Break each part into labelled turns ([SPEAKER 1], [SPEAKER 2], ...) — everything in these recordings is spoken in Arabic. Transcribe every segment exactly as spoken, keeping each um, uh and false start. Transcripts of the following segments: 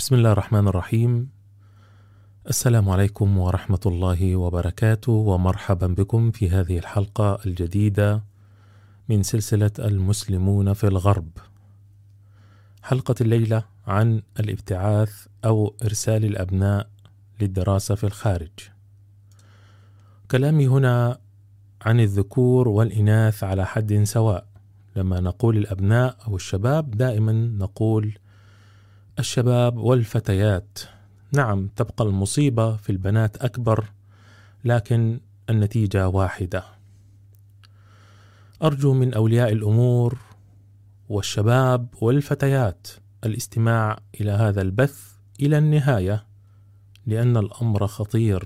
[SPEAKER 1] بسم الله الرحمن الرحيم. السلام عليكم ورحمة الله وبركاته، ومرحبا بكم في هذه الحلقة الجديدة من سلسلة المسلمون في الغرب. حلقة الليلة عن الابتعاث أو إرسال الأبناء للدراسة في الخارج. كلامي هنا عن الذكور والإناث على حد سواء. لما نقول الأبناء أو الشباب دائما نقول الشباب والفتيات. نعم، تبقى المصيبة في البنات أكبر، لكن النتيجة واحدة. أرجو من أولياء الأمور والشباب والفتيات الاستماع إلى هذا البث إلى النهاية، لأن الأمر خطير.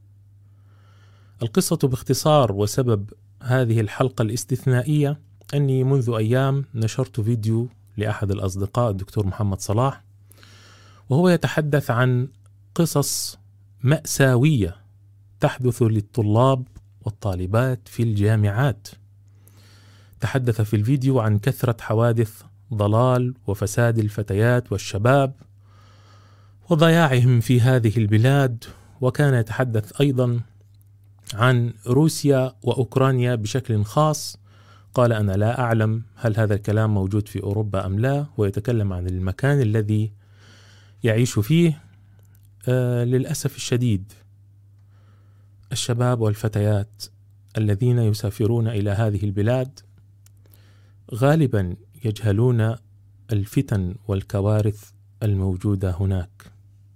[SPEAKER 1] القصة باختصار وسبب هذه الحلقة الاستثنائية أني منذ أيام نشرت فيديو لأحد الأصدقاء الدكتور محمد صلاح، وهو يتحدث عن قصص مأساوية تحدث للطلاب والطالبات في الجامعات. تحدث في الفيديو عن كثرة حوادث ضلال وفساد الفتيات والشباب وضياعهم في هذه البلاد، وكان يتحدث أيضا عن روسيا وأوكرانيا بشكل خاص. قال أنا لا أعلم هل هذا الكلام موجود في أوروبا أم لا، ويتكلم عن المكان الذي يعيش فيه. آه للأسف الشديد الشباب والفتيات الذين يسافرون إلى هذه البلاد غالبا يجهلون الفتن والكوارث الموجودة هناك،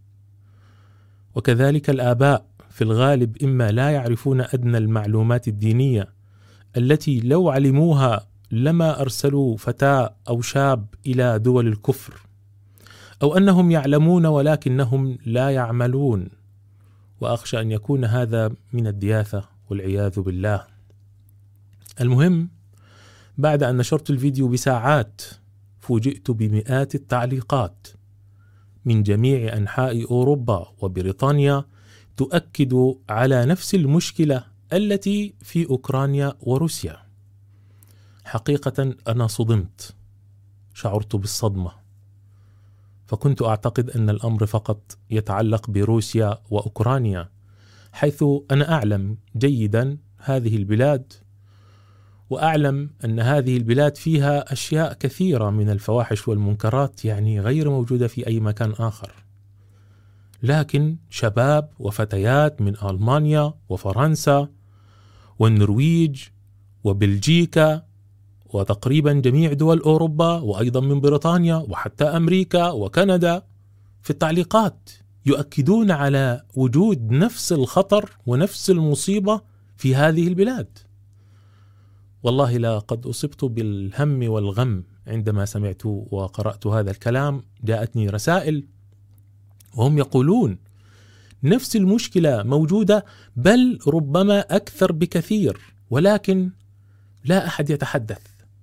[SPEAKER 1] وكذلك الآباء في الغالب إما لا يعرفون أدنى المعلومات الدينية التي لو علموها لما أرسلوا فتاة أو شاب إلى دول الكفر، أو أنهم يعلمون ولكنهم لا يعملون، وأخشى أن يكون هذا من الدياثة والعياذ بالله. المهم، بعد أن نشرت الفيديو بساعات فوجئت بمئات التعليقات من جميع أنحاء أوروبا وبريطانيا تؤكد على نفس المشكلة التي في أوكرانيا وروسيا. حقيقة أنا صدمت، شعرت بالصدمة، فكنت أعتقد أن الأمر فقط يتعلق بروسيا وأوكرانيا، حيث أنا أعلم جيدا هذه البلاد، وأعلم أن هذه البلاد فيها أشياء كثيرة من الفواحش والمنكرات يعني غير موجودة في أي مكان آخر. لكن شباب وفتيات من ألمانيا وفرنسا والنرويج وبلجيكا وتقريبا جميع دول أوروبا وأيضا من بريطانيا وحتى أمريكا وكندا في التعليقات يؤكدون على وجود نفس الخطر ونفس المصيبة في هذه البلاد. والله لقد أصبت بالهم والغم عندما سمعت وقرأت هذا الكلام. جاءتني رسائل وهم يقولون نفس المشكلة موجودة، بل ربما أكثر بكثير، ولكن لا أحد يتحدث.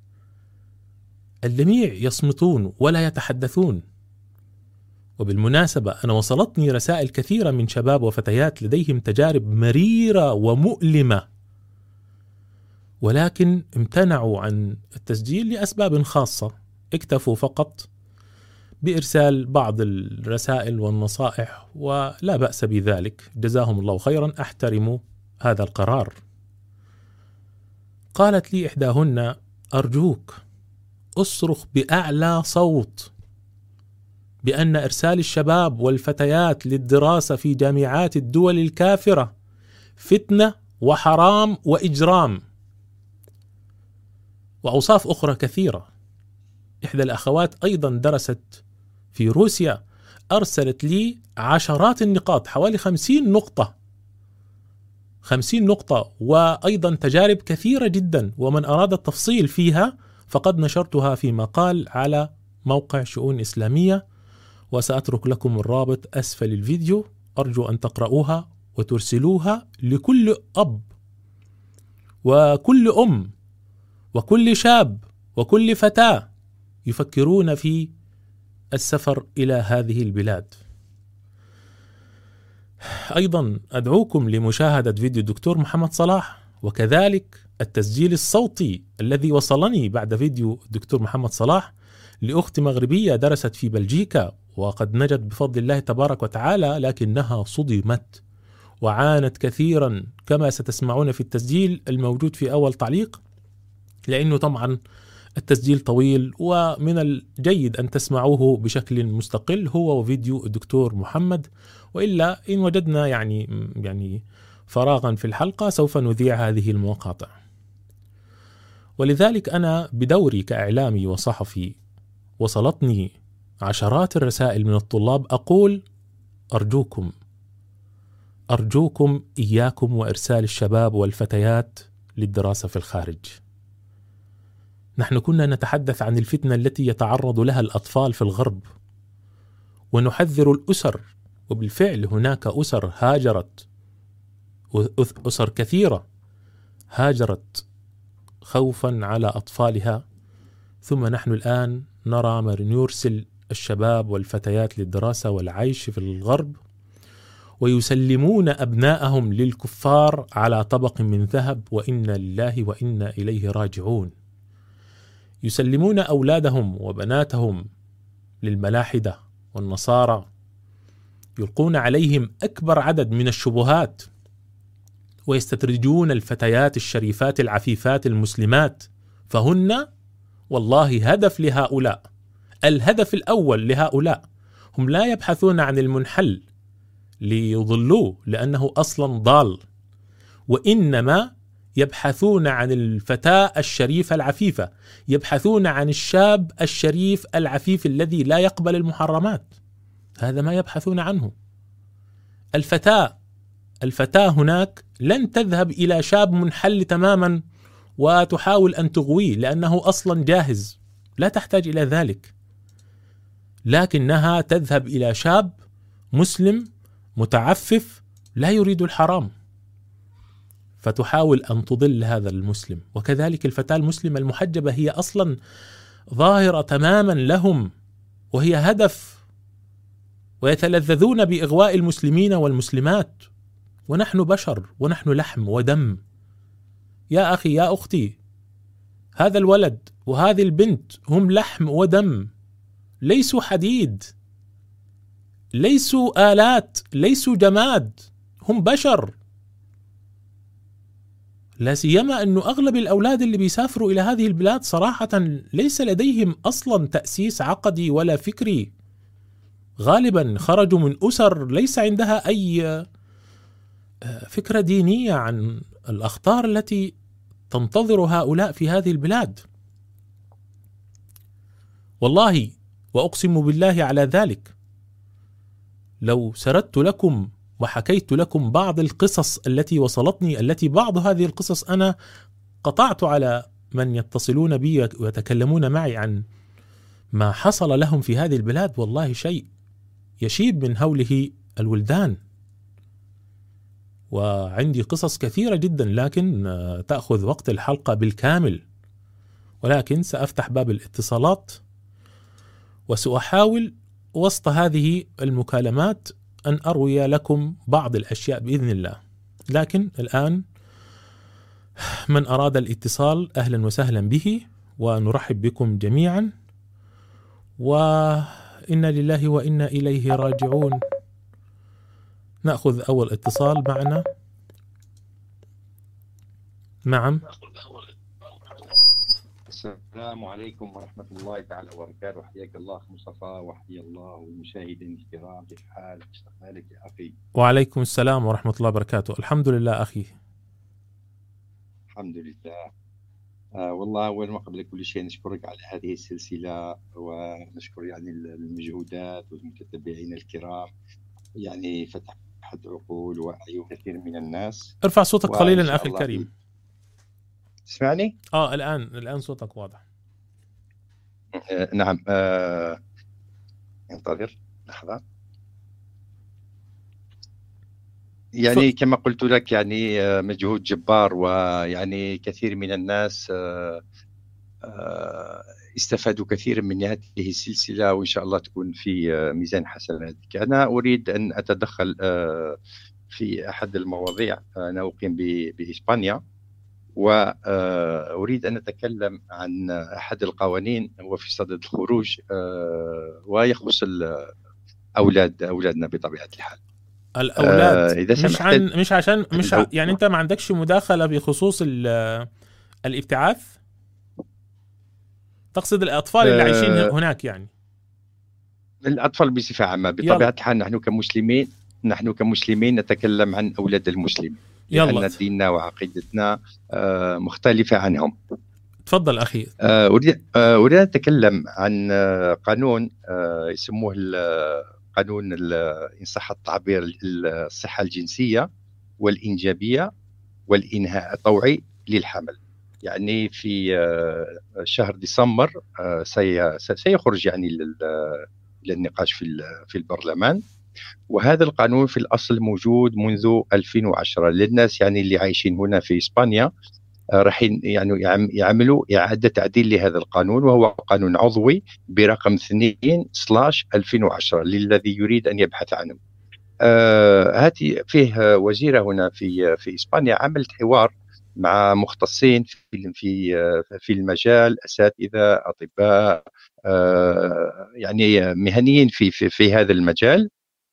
[SPEAKER 1] الجميع يصمتون ولا يتحدثون. وبالمناسبة أنا وصلتني رسائل كثيرة من شباب وفتيات لديهم تجارب مريرة ومؤلمة، ولكن امتنعوا عن التسجيل لأسباب خاصة، اكتفوا فقط بإرسال بعض الرسائل والنصائح، ولا بأس بذلك، جزاهم الله خيرا، أحترم هذا القرار. قالت لي إحداهن أرجوك أصرخ بأعلى صوت بأن إرسال الشباب والفتيات للدراسة في جامعات الدول الكافرة فتنة وحرام وإجرام، وأوصاف أخرى كثيرة. إحدى الأخوات أيضا درست في روسيا، أرسلت لي عشرات النقاط، حوالي خمسين نقطة خمسين نقطة، وأيضا تجارب كثيرة جدا، ومن أراد التفصيل فيها فقد نشرتها في مقال على موقع شؤون إسلامية، وسأترك لكم الرابط أسفل الفيديو. أرجو أن تقرؤوها وترسلوها لكل أب وكل أم وكل شاب وكل فتاة يفكرون في السفر إلى هذه البلاد. أيضا أدعوكم لمشاهدة فيديو الدكتور محمد صلاح، وكذلك التسجيل الصوتي الذي وصلني بعد فيديو الدكتور محمد صلاح لأخت مغربية درست في بلجيكا وقد نجت بفضل الله تبارك وتعالى، لكنها صدمت وعانت كثيرا كما ستسمعون في التسجيل الموجود في أول تعليق، لأنه طبعا التسجيل طويل ومن الجيد أن تسمعوه بشكل مستقل هو وفيديو الدكتور محمد، وإلا إن وجدنا يعني يعني فراغا في الحلقة سوف نذيع هذه المقاطع. ولذلك أنا بدوري كإعلامي وصحفي وصلتني عشرات الرسائل من الطلاب أقول أرجوكم أرجوكم إياكم وإرسال الشباب والفتيات للدراسة في الخارج. نحن كنا نتحدث عن الفتنة التي يتعرض لها الأطفال في الغرب، ونحذر الأسر، وبالفعل هناك أسر هاجرت، أسر كثيرة هاجرت خوفا على أطفالها، ثم نحن الآن نرى من يرسل الشباب والفتيات للدراسة والعيش في الغرب، ويسلمون أبناءهم للكفار على طبق من ذهب، وإنا لله وإنا إليه راجعون. يسلمون أولادهم وبناتهم للملاحدة والنصارى، يلقون عليهم أكبر عدد من الشبهات، ويستدرجون الفتيات الشريفات العفيفات المسلمات، فهن والله هدف لهؤلاء. الهدف الأول لهؤلاء هم لا يبحثون عن المنحل ليضلوه لأنه أصلا ضال، وإنما يبحثون عن الفتاة الشريفة العفيفة، يبحثون عن الشاب الشريف العفيف الذي لا يقبل المحرمات. هذا ما يبحثون عنه. الفتاة الفتاة هناك لن تذهب إلى شاب منحل تماما وتحاول أن تغويه لأنه أصلا جاهز، لا تحتاج إلى ذلك، لكنها تذهب إلى شاب مسلم متعفف لا يريد الحرام، فتحاول أن تضل هذا المسلم. وكذلك الفتاة المسلمة المحجبة هي أصلا ظاهرة تماما لهم، وهي هدف، ويتلذذون بإغواء المسلمين والمسلمات، ونحن بشر ونحن لحم ودم. يا أخي يا أختي، هذا الولد وهذه البنت هم لحم ودم، ليسوا حديد، ليسوا آلات، ليسوا جماد، هم بشر. لا سيما أنه أغلب الأولاد اللي بيسافروا إلى هذه البلاد صراحة ليس لديهم أصلا تأسيس عقدي ولا فكري، غالبا خرجوا من أسر ليس عندها أي فكرة دينية عن الأخطار التي تنتظر هؤلاء في هذه البلاد. والله وأقسم بالله على ذلك، لو سردت لكم وحكيت لكم بعض القصص التي وصلتني، التي بعض هذه القصص أنا قطعت على من يتصلون بي ويتكلمون معي عن ما حصل لهم في هذه البلاد، والله شيء يشيب من هوله الولدان. وعندي قصص كثيرة جدا لكن تأخذ وقت الحلقة بالكامل، ولكن سأفتح باب الاتصالات وسأحاول وسط هذه المكالمات أن أروي لكم بعض الأشياء بإذن الله. لكن الآن من أراد الاتصال أهلا وسهلا به، ونرحب بكم جميعا، وإنا لله وإنا إليه راجعون. نأخذ أول اتصال معنا. نعم.
[SPEAKER 2] السلام عليكم ورحمة الله تعالى وبركاته. حياك الله مصطفى، وحيا الله المشاهدين الكرام. كيف حالك؟ استقبالك يا أخي.
[SPEAKER 1] وعليكم السلام ورحمة الله وبركاته. الحمد لله أخي.
[SPEAKER 2] الحمد لله. آه والله أول ما قبل كل شيء نشكرك على هذه السلسلة، ونشكر يعني المجهودات والمتتبعين الكرام، يعني فتحت عقول وعي كثير من الناس.
[SPEAKER 1] ارفع صوتك قليلا أخي الكريم.
[SPEAKER 2] تسمعني؟
[SPEAKER 1] آه الآن الآن صوتك واضح.
[SPEAKER 2] آه نعم. آه انتظر لحظة. يعني ف... كما قلت لك، يعني مجهود جبار، ويعني كثير من الناس آه آه استفادوا كثيرا من هذه السلسلة، وإن شاء الله تكون في ميزان حسناتك. أنا أريد أن أتدخل آه في أحد المواضيع. أنا أقيم بإسبانيا، وأريد أن أتكلم عن أحد القوانين هو في صدد الخروج، ويخص اولاد اولادنا بطبيعه الحال.
[SPEAKER 1] الاولاد آه إذا مش عن مش عشان مش ع... يعني انت ما عندكش مداخله بخصوص الابتعاث، تقصد الاطفال اللي عايشين هناك يعني؟
[SPEAKER 2] الاطفال بصفه عامه بطبيعه الحال. نحن كمسلمين نحن كمسلمين نتكلم عن اولاد المسلمين، لان ديننا وعقيدتنا مختلفه عنهم.
[SPEAKER 1] تفضل اخي.
[SPEAKER 2] اريد اريد ان اتكلم عن قانون يسموه قانون ان صح التعبير الصحه الجنسيه والانجابيه والانهاء الطوعي للحمل. يعني في شهر ديسمبر سيخرج يعني للنقاش في في البرلمان. وهذا القانون في الاصل موجود منذ ألفين وعشرة. للناس يعني اللي عايشين هنا في اسبانيا راح يعني يعملوا اعاده تعديل لهذا القانون، وهو قانون عضوي برقم اثنين سلاش ألفين وعشرة للذي يريد ان يبحث عنه. آه هاتي فيه وزيره هنا في في اسبانيا عملت حوار مع مختصين في في في المجال، اساتذه، اطباء، آه يعني مهنيين في في في هذا المجال.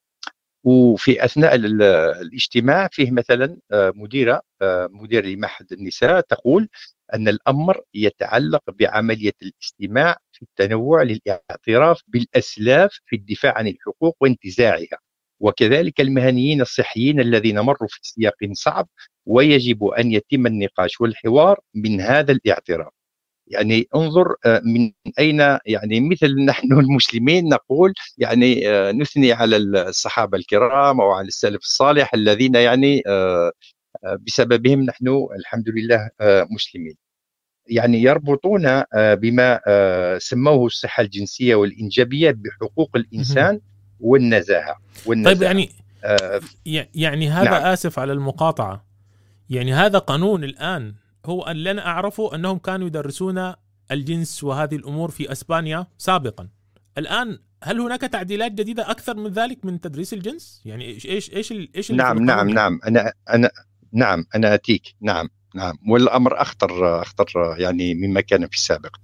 [SPEAKER 2] وفي اثناء الاجتماع فيه مثلا مديره مدير لمعهد النساء تقول ان الامر يتعلق بعمليه الاستماع في التنوع للاعتراف بالاسلاف في الدفاع عن الحقوق وانتزاعها، وكذلك المهنيين الصحيين الذين مروا في سياق صعب، ويجب ان يتم النقاش والحوار من هذا الاعتراف. يعني انظر من أين يعني مثل نحن المسلمين نقول يعني نثني على الصحابة الكرام أو على السلف الصالح الذين يعني بسببهم نحن الحمد لله مسلمين. يعني يربطون بما سموه الصحة الجنسية والإنجابية بحقوق الإنسان والنزاهة, والنزاهة.
[SPEAKER 1] طيب يعني آه يعني هذا نعم. آسف على المقاطعة، يعني هذا قانون الآن هو اللي أنا أعرفه أنهم كانوا يدرسون الجنس وهذه الأمور في أسبانيا سابقا. الآن هل هناك تعديلات جديدة أكثر من ذلك من تدريس الجنس؟ يعني إيش إيش إيش إيش
[SPEAKER 2] نعم نعم نعم أنا أنا نعم أنا أتيك نعم نعم والأمر أخطر أخطر يعني مما كان في السابق.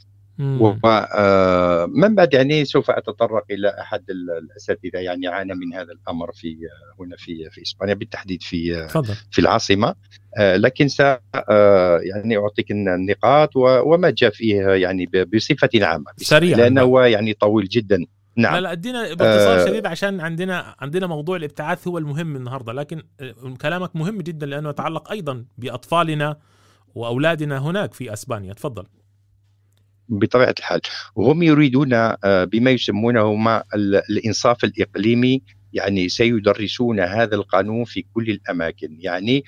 [SPEAKER 2] ومن بعد يعني سوف أتطرق إلى أحد الأساتذة يعني عانى من هذا الأمر في هنا في في إسبانيا بالتحديد في فضل. في العاصمة، لكن س يعني أعطيك النقاط وما جاء فيه يعني بصفة عامة
[SPEAKER 1] سريعا
[SPEAKER 2] لأنه يعني طويل جدا. نعم
[SPEAKER 1] لا لا ادينا باختصار آه شديد عشان عندنا عندنا موضوع الابتعاث هو المهم النهارده، لكن كلامك مهم جدا لأنه يتعلق أيضا بأطفالنا وأولادنا هناك في أسبانيا. تفضل.
[SPEAKER 2] بطبيعة الحال وهم يريدون بما يسمونه ما الإنصاف الإقليمي، يعني سيدرسون هذا القانون في كل الأماكن يعني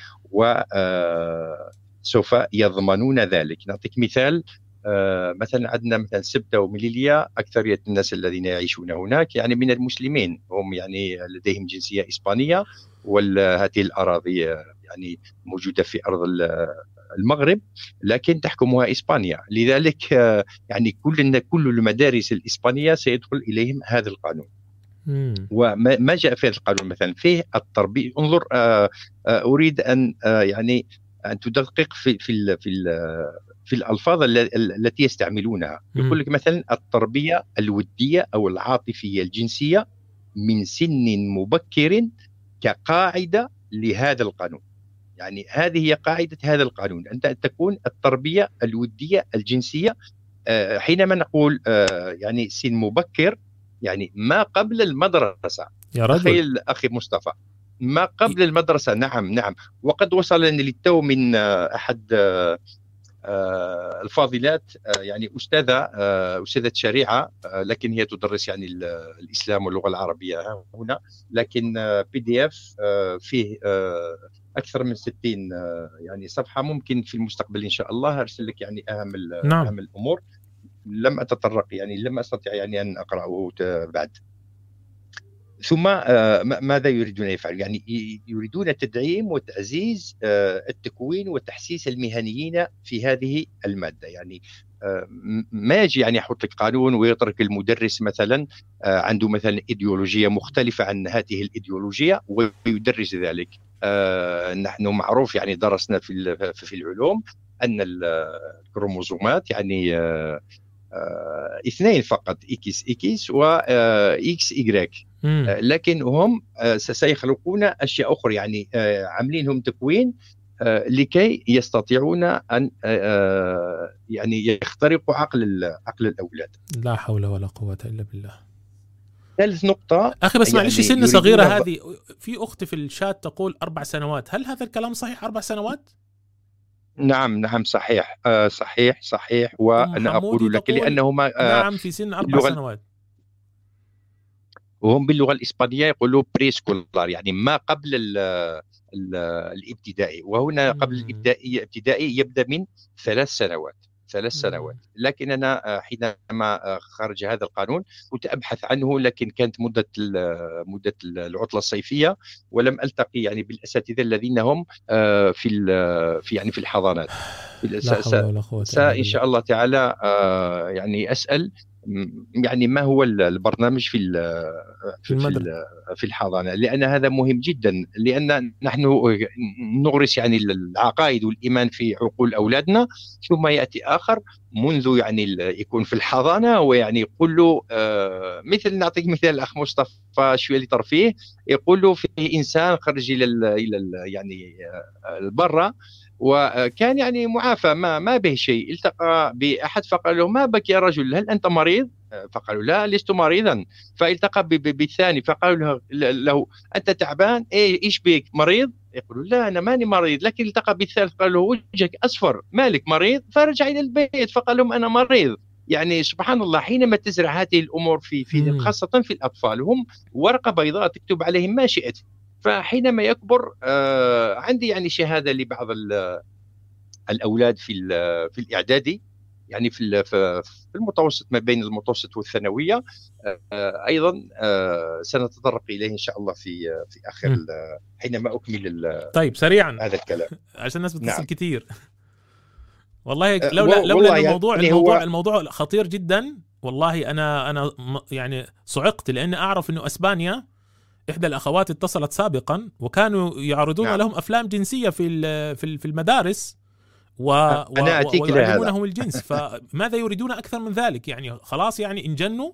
[SPEAKER 2] وسوف يضمنون ذلك. نعطيك مثال، مثلا عندنا مثلا سبتة وميليليا أكثرية الناس الذين يعيشون هناك يعني من المسلمين، هم يعني لديهم جنسية إسبانية، وهذه الأراضي يعني موجودة في أرض المغرب لكن تحكمها إسبانيا. لذلك يعني كل كل المدارس الإسبانية سيدخل إليهم هذا القانون. مم. وما جاء في هذا القانون مثلا فيه التربية. انظر أريد أن يعني أن تدقق في في في في الألفاظ التي يستعملونها. يقول لك مثلا التربية الودية أو العاطفية الجنسية من سن مبكر كقاعدة لهذا القانون. يعني هذه هي قاعدة هذا القانون، أنت أن تكون التربية الودية الجنسية حينما نقول يعني سن مبكر يعني ما قبل المدرسة.
[SPEAKER 1] يا رجل.
[SPEAKER 2] تخيل أخي مصطفى ما قبل المدرسة. نعم نعم وقد وصلني للتو من أحد الفاضلات يعني أستاذة أستاذة شريعة لكن هي تدرس يعني الإسلام واللغة العربية هنا، لكن بي دي اف فيه أكثر من ستين يعني صفحة. ممكن في المستقبل إن شاء الله أرسل لك يعني أهم نعم. أهم الأمور. لم أتطرق يعني لم أستطيع يعني أن أقرأه بعد. ثم ماذا يريدون يفعل؟ يعني يريدون تدعيم وتعزيز التكوين وتحسيس المهنيين في هذه المادة. يعني ما يجي يعني يحط لك قانون ويترك المدرس مثلا عنده مثلا إيديولوجية مختلفة عن هذه الإيديولوجية ويدرس ذلك. نحن معروف يعني درسنا في في العلوم أن الكروموزومات يعني اثنين فقط، إكس إكس و إكس إيغريك. لكن هم سيخلقون أشياء أخرى، يعني عاملينهم تكوين لكي يستطيعون أن يعني يخترقوا عقل عقل الأولاد.
[SPEAKER 1] لا حول ولا قوة إلا بالله.
[SPEAKER 2] ثالث نقطة
[SPEAKER 1] أخي بس معلش،
[SPEAKER 2] يعني
[SPEAKER 1] سن صغيرة هذه، في أختي في الشات تقول أربع سنوات، هل هذا الكلام صحيح؟ أربع سنوات؟
[SPEAKER 2] نعم نعم صحيح آه صحيح صحيح وأنا أقول لك لأنهما
[SPEAKER 1] آه نعم في سن أربع سنوات،
[SPEAKER 2] وهم باللغة الإسبانية يقولوا بري سكولار، يعني ما قبل ال ال الابتدائي، وهنا قبل الابتدائي الابتدائي يبدأ من ثلاث سنوات ثلاث سنوات. لكن أنا حينما خرج هذا القانون كنت أبحث عنه، لكن كانت مدة مدة العطلة الصيفية ولم ألتقي يعني بالأساتذة الذين هم في في يعني في الحضانات.
[SPEAKER 1] لا حول ولا قوة إلا بالله.
[SPEAKER 2] إن شاء الله تعالى يعني أسأل يعني ما هو البرنامج في في في الحضانة، لأن هذا مهم جدا، لأن نحن نغرس يعني العقائد والإيمان في عقول أولادنا، ثم يأتي آخر منذ يعني يكون في الحضانة ويعني يقول له مثل، نعطيك مثال الأخ مصطفى شوية لترفيه، يقول له فيه إنسان خرج إلى إلى يعني البرة وكان يعني معافى ما ما به شيء، التقى بأحد فقال له ما بك يا رجل، هل أنت مريض؟ فقالوا لا لست مريضا. فالتقى بالثاني فقالوا له, له أنت تعبان؟ إيه إيش بك مريض؟ يقول لا أنا ماني مريض. لكن التقى بالثالث قال له وجهك أصفر مالك مريض؟ فرجع إلى البيت فقال لهم أنا مريض. يعني سبحان الله، حينما تزرع هذه الأمور في في خاصة في الأطفال، هم ورقة بيضاء تكتب عليهم ما شئت، فحينما يكبر آه عندي يعني شهادة لبعض الأولاد في في الإعدادي، يعني في في المتوسط ما بين المتوسط والثانوية آه أيضا آه سنتطرق إليه إن شاء الله في في آخر حينما أكمل.
[SPEAKER 1] طيب سريعا
[SPEAKER 2] هذا الكلام
[SPEAKER 1] عشان الناس بتتصل نعم. كتير والله
[SPEAKER 2] آه
[SPEAKER 1] لولا لولا الموضوع
[SPEAKER 2] يعني
[SPEAKER 1] الموضوع
[SPEAKER 2] هو
[SPEAKER 1] الموضوع خطير جدا والله. أنا أنا يعني صعقت، لأن أعرف إنه أسبانيا إحدى الأخوات اتصلت سابقا وكانوا يعرضون نعم. لهم أفلام جنسية في في المدارس و... ويعلمونهم الجنس، فماذا يريدون أكثر من ذلك؟ يعني خلاص يعني انجنوا.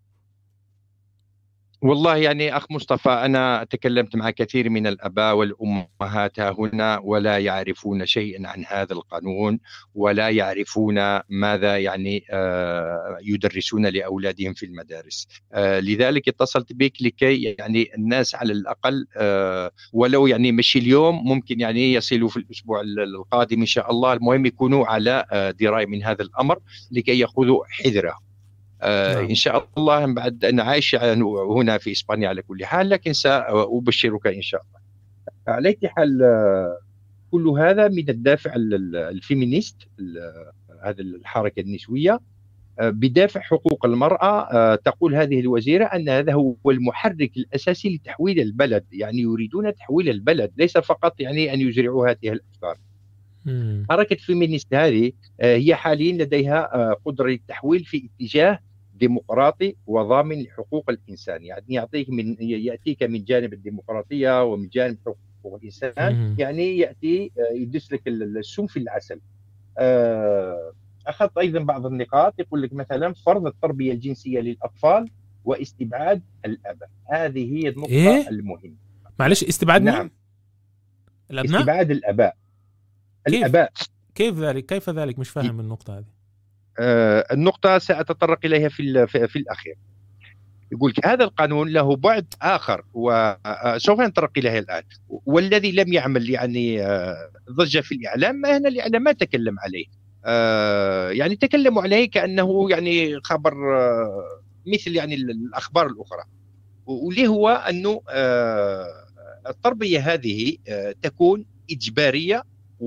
[SPEAKER 2] والله يعني أخ مصطفى، أنا تكلمت مع كثير من الآباء والأمهات هنا ولا يعرفون شيئا عن هذا القانون، ولا يعرفون ماذا يعني يدرسون لأولادهم في المدارس. لذلك اتصلت بك لكي يعني الناس على الأقل ولو يعني مشي اليوم ممكن يعني يصلوا في الأسبوع القادم إن شاء الله، المهم يكونوا على دراية من هذا الأمر لكي يأخذوا حذرهم. آه إن شاء الله. بعد أنا عايش هنا في إسبانيا على كل حال، لكن سأبشرك إن شاء الله. على أي حال كل هذا من الدافع الفيمينيست، هذا الحركة النسوية بدافع حقوق المرأة. تقول هذه الوزيرة أن هذا هو المحرك الأساسي لتحويل البلد، يعني يريدون تحويل البلد ليس فقط يعني أن يزرعوا هذه الأفكار. حركة فيمينيست هذه هي حاليا لديها قدرة للتحويل في اتجاه ديمقراطي وضامن لحقوق الإنسان، يعني يعطيك من يأتيك من جانب الديمقراطية ومن جانب حقوق الإنسان، يعني يأتي يدس لك السم في العسل. أخذت أيضا بعض النقاط، يقول لك مثلا فرض التربية الجنسية للأطفال واستبعاد الآباء، هذه هي النقطة إيه؟ المهمة.
[SPEAKER 1] معلش استبعاد
[SPEAKER 2] نعم
[SPEAKER 1] مين؟ الأبناء؟
[SPEAKER 2] استبعاد الآباء.
[SPEAKER 1] كيف؟
[SPEAKER 2] الآباء
[SPEAKER 1] كيف ذلك؟ كيف ذلك؟ مش فاهم النقطة هذه.
[SPEAKER 2] آه النقطة سأتطرق إليها في في, في الأخير. يقول هذا القانون له بعد آخر وسوف نتطرق إليه الآن، والذي لم يعمل يعني ضجة في الإعلام، ما هنا الإعلام ما تكلم عليه. آه يعني تكلموا عليه كأنه يعني خبر آه مثل يعني الأخبار الأخرى، واللي هو أنه آه التربية هذه آه تكون إجبارية،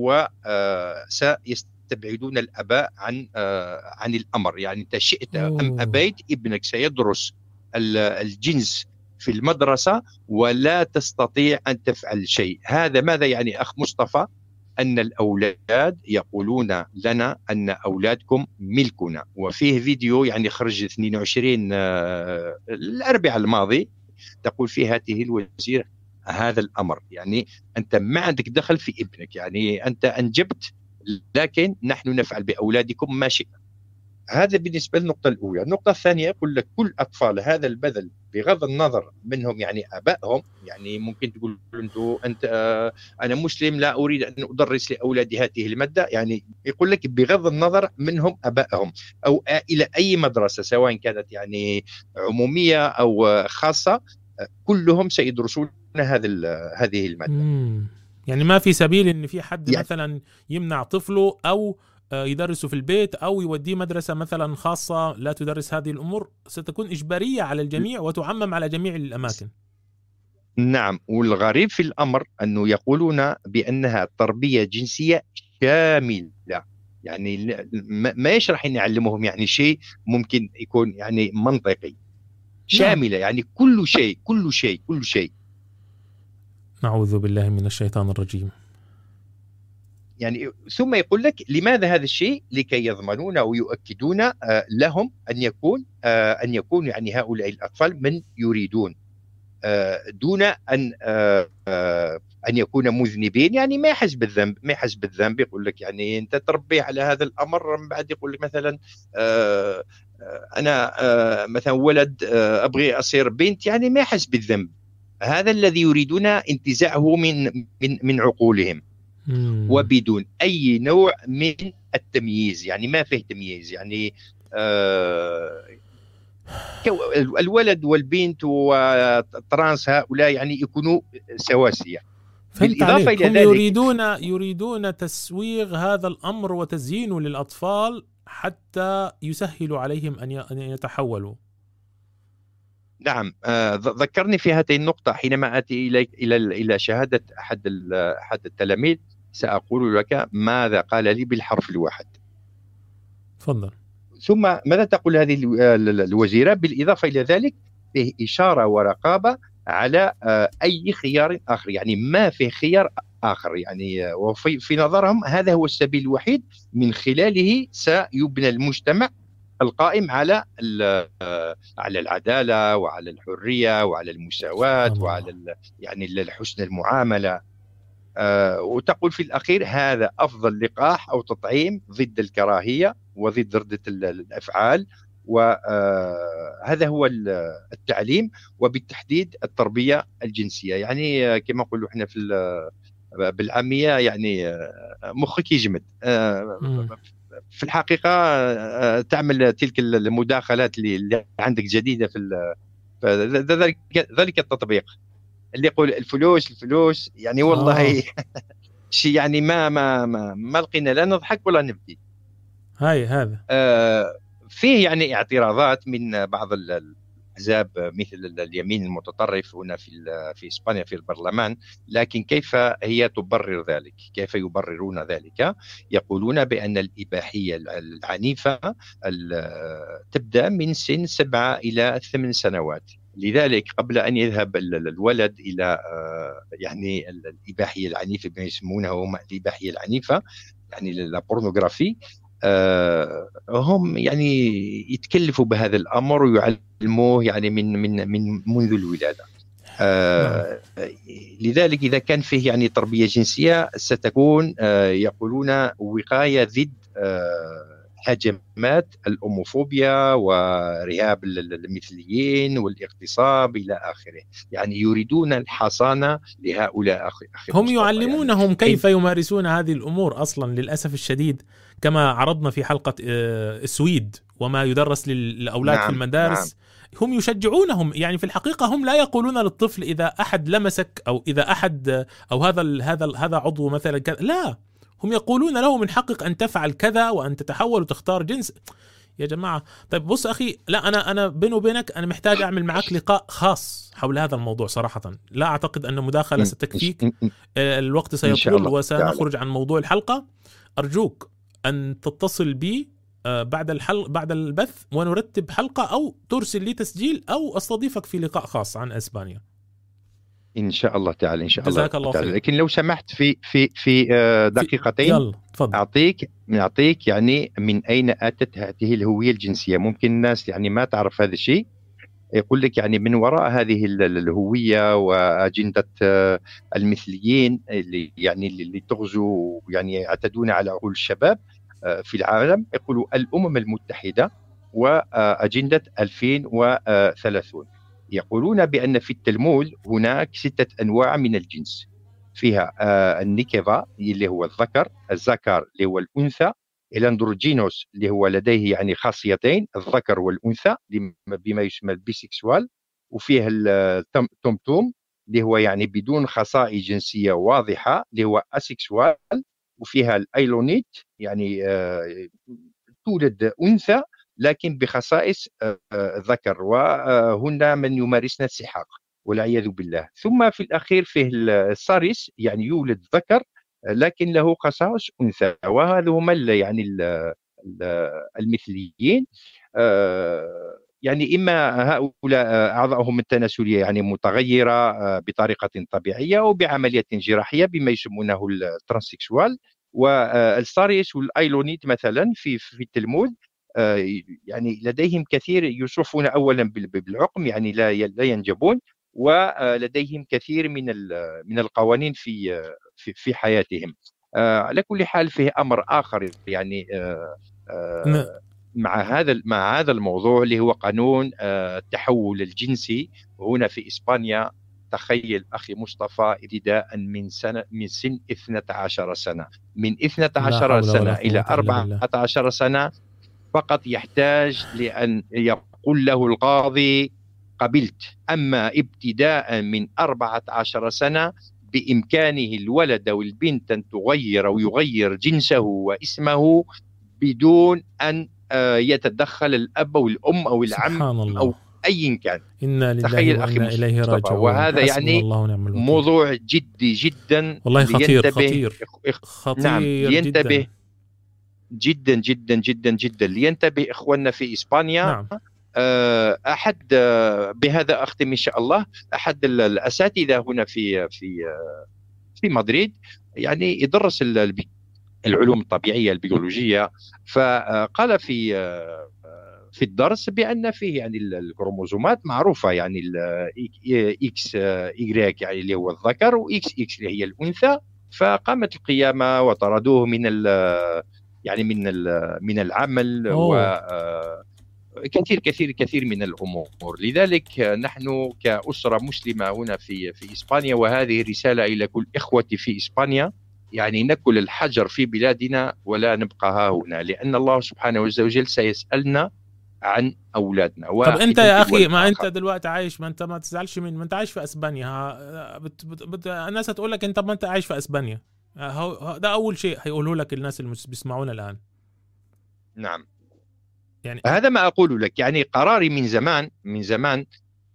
[SPEAKER 2] وسيستبعدون الآباء عن عن الأمر. يعني أنت شئت أم أبيت ابنك سيدرس الجنس في المدرسة ولا تستطيع أن تفعل شيء. هذا ماذا يعني أخ مصطفى؟ أن الأولاد يقولون لنا أن أولادكم ملكنا. وفيه فيديو يعني خرج اثنين وعشرين الأربعاء الماضي تقول فيه هذه الوزيرة هذا الأمر، يعني أنت ما عندك دخل في ابنك، يعني أنت أنجبت لكن نحن نفعل بأولادكم ما شئنا. هذا بالنسبة للنقطة الأولى. النقطة الثانية يقول لك كل أطفال هذا البذل بغض النظر منهم يعني آبائهم، يعني ممكن تقول أنتو أنت آه أنا مسلم لا أريد أن أدرس لأولادي هذه المادة، يعني يقول لك بغض النظر منهم آبائهم أو آه إلى أي مدرسة سواء كانت يعني عمومية أو آه خاصة، آه كلهم سيدرسون هذا هذه المادة.
[SPEAKER 1] مم. يعني ما في سبيل إن في حد
[SPEAKER 2] يعني
[SPEAKER 1] مثلا يمنع طفله أو يدرسه في البيت أو يوديه مدرسة مثلا خاصة لا تدرس هذه الأمور، ستكون إجبارية على الجميع وتعمم على جميع الأماكن.
[SPEAKER 2] نعم، والغريب في الأمر أنه يقولون بأنها تربية جنسية شاملة، يعني ما يشرح أن يعلمهم يعني شيء ممكن يكون يعني منطقي، شاملة نعم. يعني كل شيء كل شيء كل شيء.
[SPEAKER 1] نعوذ بالله من الشيطان الرجيم.
[SPEAKER 2] يعني ثم يقول لك لماذا هذا الشيء؟ لكي يضمنون ويؤكدون لهم أن يكون أن يكون يعني هؤلاء الأطفال من يريدون دون أن أن يكون مذنبين، يعني ما يحس بالذنب ما يحس بالذنب يقول لك يعني أنت تربي على هذا الأمر، من بعد يقول لك مثلا أنا مثلا ولد أبغي أصير بنت، يعني ما يحس بالذنب. هذا الذي يريدون انتزاعه من من من عقولهم وبدون أي نوع من التمييز، يعني ما فيه تمييز، يعني آه الولد والبنت والترانس هؤلاء يعني يكونوا سواسية.
[SPEAKER 1] بالإضافة إلى ذلك هم يريدون يريدون تسويغ هذا الأمر وتزيينه للأطفال حتى يسهلوا عليهم أن يتحولوا.
[SPEAKER 2] نعم، آه ذكرني في هذه النقطة حينما آتي إلى إلى إلى شهادة أحد أحد التلاميذ سأقول لك ماذا قال لي بالحرف الواحد.
[SPEAKER 1] تفضل.
[SPEAKER 2] ثم ماذا تقول هذه الوزيرة؟ بالإضافة إلى ذلك فيه إشارة ورقابة على أي خيار آخر، يعني ما في خيار آخر، يعني وفي في نظرهم هذا هو السبيل الوحيد من خلاله سيبنى المجتمع القائم على على العدالة وعلى الحرية وعلى المساواة وعلى يعني حسن المعاملة. آه وتقول في الأخير هذا أفضل لقاح أو تطعيم ضد الكراهية وضد ردة الأفعال، وهذا هو التعليم وبالتحديد التربية الجنسية. يعني كما نقولوا احنا في بالعامية يعني مخك يجمد. آه في الحقيقة تعمل تلك المداخلات اللي عندك جديدة في ذلك ذلك التطبيق اللي يقول الفلوس الفلوس يعني والله شيء يعني ما ما ما ما لقينا لا نضحك ولا نبكي.
[SPEAKER 1] هاي هذا
[SPEAKER 2] آه فيه يعني اعتراضات من بعض الأحزاب مثل اليمين المتطرف هنا في في إسبانيا في البرلمان، لكن كيف هي تبرر ذلك؟ كيف يبررون ذلك؟ يقولون بأن الإباحية العنيفة تبدأ من سن سبعة إلى ثمان سنوات، لذلك قبل أن يذهب الولد إلى يعني الإباحية العنيفة بما يسمونها هم الإباحية العنيفة يعني البورنوغرافي، هم يعني يتكلفوا بهذا الأمر ويعلموه يعني من من من منذ الولادة. لذلك إذا كان فيه يعني تربية جنسية ستكون يقولون وقاية ضد هجمات الأوموفوبيا ورهاب المثليين والاغتصاب إلى آخره، يعني يريدون الحصانة لهؤلاء.
[SPEAKER 1] هم يعلمونهم يعني كيف يمارسون هذه الأمور أصلا للأسف الشديد، كما عرضنا في حلقة السويد وما يدرس للأولاد نعم، في المدارس. نعم. هم يشجعونهم، يعني في الحقيقة هم لا يقولون للطفل إذا أحد لمسك أو إذا أحد أو هذا هذا هذا عضو مثلا كذا، لا، هم يقولون له من حقك أن تفعل كذا وأن تتحول وتختار جنس. يا جماعة طيب بص أخي، لا أنا أنا بيني وبينك أنا محتاج أعمل معك لقاء خاص حول هذا الموضوع صراحة. لا أعتقد أن مداخلة ستكفيك، الوقت سيطول وسنخرج عن موضوع الحلقة. أرجوك أن تتصل بي بعد الحلقة بعد البث ونرتب حلقة، أو ترسل لي تسجيل، أو أستضيفك في لقاء خاص عن إسبانيا
[SPEAKER 2] إن شاء الله تعالى. إن شاء
[SPEAKER 1] الله,
[SPEAKER 2] الله
[SPEAKER 1] تعالى.
[SPEAKER 2] لكن لو سمحت في في في دقيقتين
[SPEAKER 1] يلا تفضل.
[SPEAKER 2] أعطيك أعطيك يعني من أين أتت هذه الهوية الجنسية. ممكن الناس يعني ما تعرف هذا الشيء. يقول لك يعني من وراء هذه الهوية وأجندة المثليين اللي يعني اللي تغزو يعني يعتدون على عقول الشباب، في العالم، يقولوا الأمم المتحدة وأجندة ألفين وثلاثين. يقولون بأن في التلمود هناك ستة أنواع من الجنس، فيها النكفة اللي هو الذكر، الذكر اللي هو الأنثى، الاندروجينوس اللي هو لديه يعني خاصيتين الذكر والأنثى بما يسمى البيسكسوال، وفيه التومتوم اللي هو يعني بدون خصائص جنسية واضحة اللي هو أسكسوال، وفيها الأيلونيت يعني تولد أنثى لكن بخصائص ذكر، وهن من يمارسن السحاق والعياذ بالله. ثم في الأخير فيه الساريس يعني يولد ذكر لكن له خصائص أنثى، وهذا هم يعني المثليين. يعني إما هؤلاء أعضاءهم التناسلية يعني متغيرة بطريقة طبيعية أو بعملية جراحية بما يسمونه الترانسكسوال. والساريس والأيلونيت مثلا في في التلمود يعني لديهم كثير يوصفون أولا بالعقم يعني لا لا ينجبون، ولديهم كثير من من القوانين في في في حياتهم. على كل حال فيه أمر آخر يعني مع هذا مع هذا الموضوع اللي هو قانون التحول الجنسي هنا في إسبانيا. تخيل أخي مصطفى ابتداء من سنة من سن اثنتي عشرة سنة، من اثنتي عشرة سنة إلى أربعة عشر سنة فقط يحتاج لأن يقول له القاضي قبلت. أما ابتداء من أربعة عشر سنة بإمكانه الولد أو البنت أن تغير أو يغير جنسه واسمه بدون أن يتدخل الأب أو الأم أو العم أو أي كان.
[SPEAKER 1] إنا لله وإنا إليه راجعون.
[SPEAKER 2] وهذا يعني موضوع جدي جدا
[SPEAKER 1] والله خطير خطير خطير
[SPEAKER 2] نعم لينتبه
[SPEAKER 1] جدا
[SPEAKER 2] جدا جدا جدا جدا لينتبه إخواننا في إسبانيا.
[SPEAKER 1] نعم.
[SPEAKER 2] أحد بهذا أختم إن شاء الله. أحد الأساتذة هنا في في في مدريد يعني يدرس العلوم الطبيعية البيولوجية، فقال في في الدرس بأن فيه يعني الكروموزومات معروفة يعني إكس إيغريك يعني اللي هو الذكر وإكس إكس اللي هي الأنثى. فقامت القيامة وطردوه من يعني من من العمل و كثير كثير كثير من الأمور. لذلك نحن كأسرة مسلمة هنا في في إسبانيا، وهذه رسالة إلى كل إخوتي في إسبانيا، يعني نأكل الحجر في بلادنا ولا نبقى هنا، لأن الله سبحانه وتعالى سيسألنا عن أولادنا.
[SPEAKER 1] طب أنت يا أخي ما أنت دلوقتي عايش، ما أنت ما تزعلش من ما أنت عايش في أسبانيا. بت بت بت الناس هتقول لك أنت ما أنت عايش في أسبانيا، ده أول شيء هيقوله لك الناس اللي بيسمعونا الآن.
[SPEAKER 2] نعم يعني هذا ما أقول لك. يعني قراري من زمان من زمان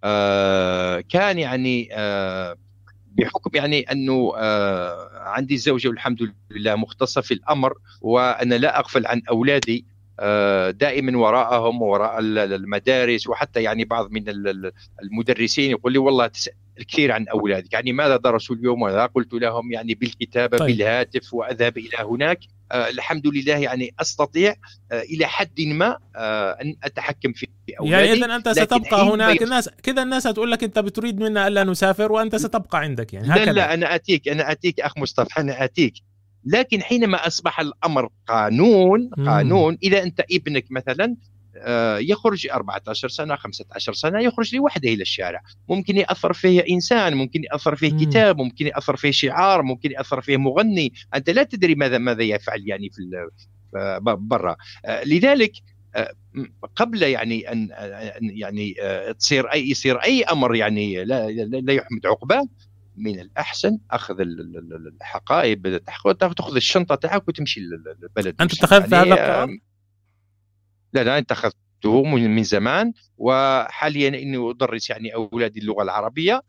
[SPEAKER 2] آه كان يعني آه بحكم يعني أنه آه عندي الزوجة والحمد لله مختصة في الأمر، وأنا لا أغفل عن أولادي آه دائما وراءهم وراء المدارس، وحتى يعني بعض من المدرسين يقول لي والله تسأل كثير عن أولادك، يعني ماذا درسوا اليوم؟ ولا قلت لهم يعني بالكتابة طيب. بالهاتف وأذهب إلى هناك. آه الحمد لله يعني أستطيع آه إلى حد ما آه أن أتحكم في أولادي.
[SPEAKER 1] يعني إذن أنت ستبقى هناك. الناس كذا الناس هتقول لك أنت بتريد منا ألا نسافر وأنت ستبقى عندك يعني هكذا.
[SPEAKER 2] لا لا أنا أتيك أنا أتيك أخ مصطفى أنا أتيك. لكن حينما أصبح الأمر قانون قانون مم. إذا أنت ابنك مثلا يخرج أربعة عشر سنة خمسة عشر سنة يخرج لوحده إلى الشارع، ممكن يأثر فيه إنسان، ممكن يأثر فيه مم. كتاب، ممكن يأثر فيه شعار، ممكن يأثر فيه مغني، أنت لا تدري ماذا ماذا يفعل يعني في برا. لذلك قبل يعني أن يعني تصير أي يصير أي أمر يعني لا لا يحمد عقباه، من الأحسن أخذ الحقائب تأخذ الشنطة تاعك وتمشي للبلد.
[SPEAKER 1] أنت اتخذت
[SPEAKER 2] يعني
[SPEAKER 1] هذا القرار؟
[SPEAKER 2] لا لا اتخذته من زمان، وحاليا إني أدرس يعني أولادي اللغة العربية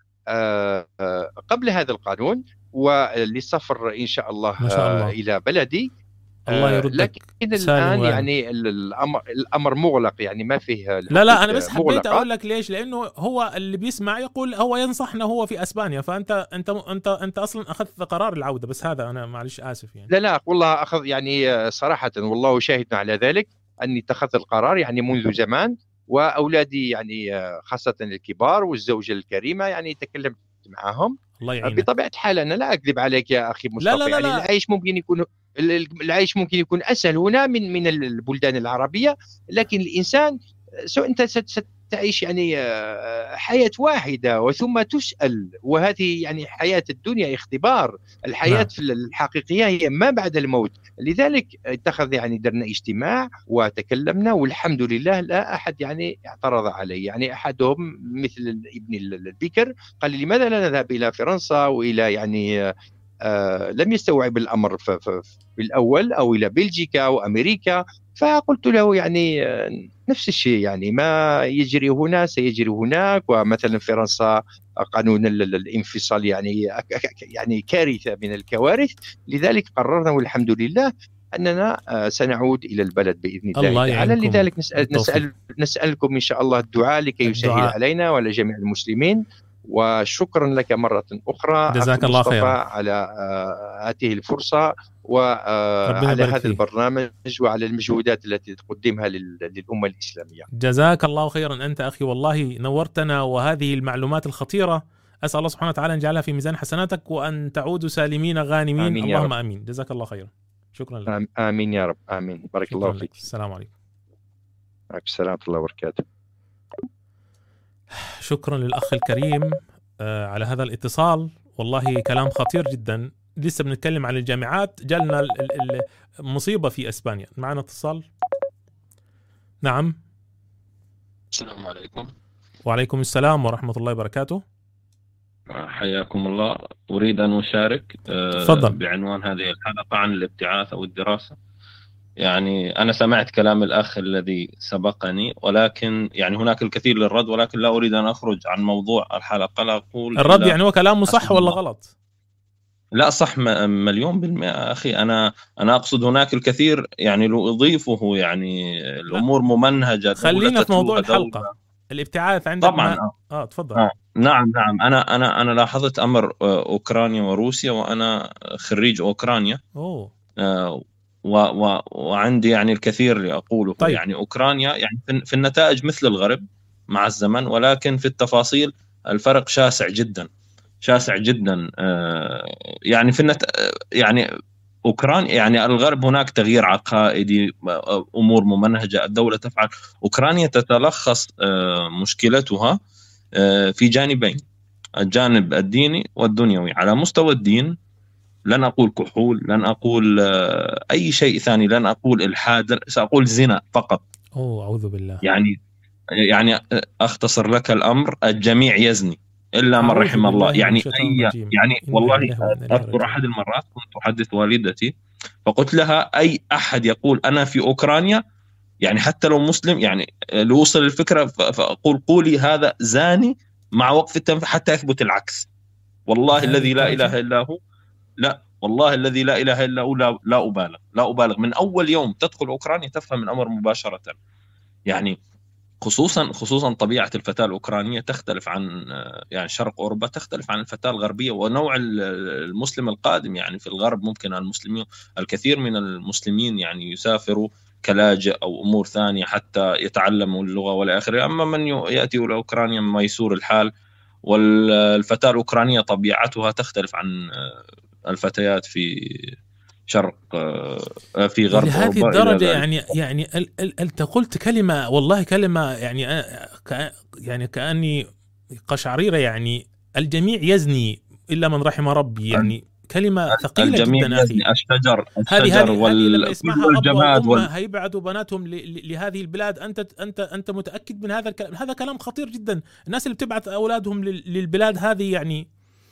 [SPEAKER 2] قبل هذا القانون، وللسفر إن شاء الله, ما شاء الله. إلى بلدي.
[SPEAKER 1] الله يردك.
[SPEAKER 2] لكن الآن يعني الأمر الأمر مغلق يعني ما فيه.
[SPEAKER 1] لا لا أنا بس حبيت أقول لك ليش، لأنه هو اللي بيسمع يقول هو ينصحنا هو في أسبانيا، فأنت أنت أنت أنت أصلا أخذت قرار العودة. بس هذا أنا معلش آسف يعني.
[SPEAKER 2] لا لا والله أخذ يعني صراحة والله شاهد على ذلك أني اتخذت القرار يعني منذ زمان، وأولادي يعني خاصة الكبار والزوجة الكريمة يعني تكلمت معهم
[SPEAKER 1] الله يعينك.
[SPEAKER 2] بطبيعة الحال أنا لا أكذب عليك يا أخي مصطفى،
[SPEAKER 1] لا لا لا
[SPEAKER 2] يعني
[SPEAKER 1] لا.
[SPEAKER 2] العيش ممكن يكون العيش ممكن يكون أسهل هنا من من البلدان العربية، لكن الإنسان سو أنت ستعيش يعني حياة واحدة وثم تسأل، وهذه يعني حياة الدنيا اختبار. الحياة نعم. في الحقيقية هي ما بعد الموت. لذلك اتخذ يعني درنا اجتماع وتكلمنا، والحمد لله لا أحد يعني اعترض علي. يعني أحدهم مثل ابن البكر قال لي لماذا لا نذهب إلى فرنسا وإلى يعني آه لم يستوعب الأمر في, في, في الأول، أو إلى بلجيكا أو أمريكا. فقلت له يعني نفس الشيء، يعني ما يجري هنا سيجري هناك. ومثلا فرنسا قانون الانفصال يعني يعني كارثة من الكوارث. لذلك قررنا والحمد لله أننا سنعود إلى البلد بإذن الله, الله تعالى. لذلك نسأل, نسأل نسألكم إن شاء الله الدعاء لكي يسهل علينا وعلى جميع المسلمين. وشكرا لك مرة أخرى
[SPEAKER 1] جزاك الله خيرا
[SPEAKER 2] على هذه الفرصة وعلى هذا فيه. البرنامج وعلى المجهودات التي تقدمها للأمة الإسلامية.
[SPEAKER 1] جزاك الله خيرا أنت أخي، والله نورتنا، وهذه المعلومات الخطيرة أسأل الله سبحانه وتعالى أن يجعلها في ميزان حسناتك، وأن تعودوا سالمين غانمين. آمين اللهم آمين. جزاك الله خيرا. شكرا لك.
[SPEAKER 2] آمين يا رب. آمين. بارك الله فيك.
[SPEAKER 1] السلام عليكم.
[SPEAKER 2] وعليكم السلام ورحمة الله وبركاته.
[SPEAKER 1] شكرا للأخ الكريم على هذا الاتصال، والله كلام خطير جدا. لسه بنتكلم عن الجامعات، جالنا المصيبة في أسبانيا. معنا اتصال. نعم.
[SPEAKER 3] السلام عليكم.
[SPEAKER 1] وعليكم السلام ورحمة الله وبركاته.
[SPEAKER 3] حياكم الله. أريد أن أشارك
[SPEAKER 1] تفضل.
[SPEAKER 3] بعنوان هذه الحلقة عن الابتعاث أو الدراسة. يعني أنا سمعت كلام الأخ الذي سبقني، ولكن يعني هناك الكثير للرد، ولكن لا أريد أن أخرج عن موضوع الحلقة. لا أقول
[SPEAKER 1] الرد يعني هو كلامه صح ولا غلط؟
[SPEAKER 3] لا صح مليون بالمئة أخي. أنا أنا أقصد هناك الكثير يعني لو أضيفه، يعني الأمور ممنهجة.
[SPEAKER 1] خلينا في موضوع الحلقة دولة. الابتعاث عندنا
[SPEAKER 3] طبعا.
[SPEAKER 1] ما... آه تفضل.
[SPEAKER 3] آه. نعم نعم. أنا أنا أنا لاحظت أمر أوكرانيا وروسيا، وأنا خريج أوكرانيا.
[SPEAKER 1] أوه.
[SPEAKER 3] آه و و وعندي يعني الكثير لأقوله.
[SPEAKER 1] طيب.
[SPEAKER 3] يعني أوكرانيا يعني في النتائج مثل الغرب مع الزمن، ولكن في التفاصيل الفرق شاسع جدا شاسع جدا. يعني في النت... يعني أوكرانيا يعني الغرب هناك تغيير عقائدي، أمور ممنهجة الدولة تفعل. أوكرانيا تتلخص مشكلتها في جانبين، الجانب الديني والدنيوي. على مستوى الدين لن أقول كحول، لن أقول أي شيء ثاني، لن أقول إلحاد، سأقول زنا فقط.
[SPEAKER 1] أوه أعوذ بالله.
[SPEAKER 3] يعني يعني أختصر لك الأمر، الجميع يزني إلا من رحم الله. يعني أي يعني والله أذكر أحد المرات كنت أحدث والدتي، فقلت لها أي أحد يقول أنا في أوكرانيا، يعني حتى لو مسلم، يعني لو وصل الفكرة فأقول قولي هذا زاني مع وقف التنفيذ حتى يثبت العكس. والله الذي لا إله إلا هو، لا والله الذي لا إله إلا هو لا, لا أبالغ لا أبالغ من أول يوم تدخل أوكرانيا تفهم الأمر مباشرة. يعني خصوصا خصوصا طبيعة الفتاة الأوكرانية تختلف عن يعني شرق أوروبا، تختلف عن الفتاة الغربية، ونوع المسلم القادم. يعني في الغرب ممكن المسلمين الكثير من المسلمين يعني يسافروا كلاجئ أو أمور ثانية حتى يتعلموا اللغة والى آخره. أما من يأتي إلى أوكرانيا ميسور الحال. والفتاة الأوكرانية طبيعتها تختلف عن الفتيات في شرق في غرب
[SPEAKER 1] لهذه الدرجة. يعني يعني أنت قلت كلمة، والله كلمة يعني يعني كأني قشعريرة. يعني الجميع يزني إلا من رحم ربي، يعني كلمة ثقيلة جدا أخي.
[SPEAKER 3] الشجر
[SPEAKER 1] هذه هذه وال... لما يسمعها أب وأم وال... هيبعدوا بناتهم ل... لهذه البلاد. أنت أنت أنت متأكد من هذا الكلام؟ هذا كلام خطير جدا. الناس اللي بتبعث أولادهم لل... للبلاد هذه، يعني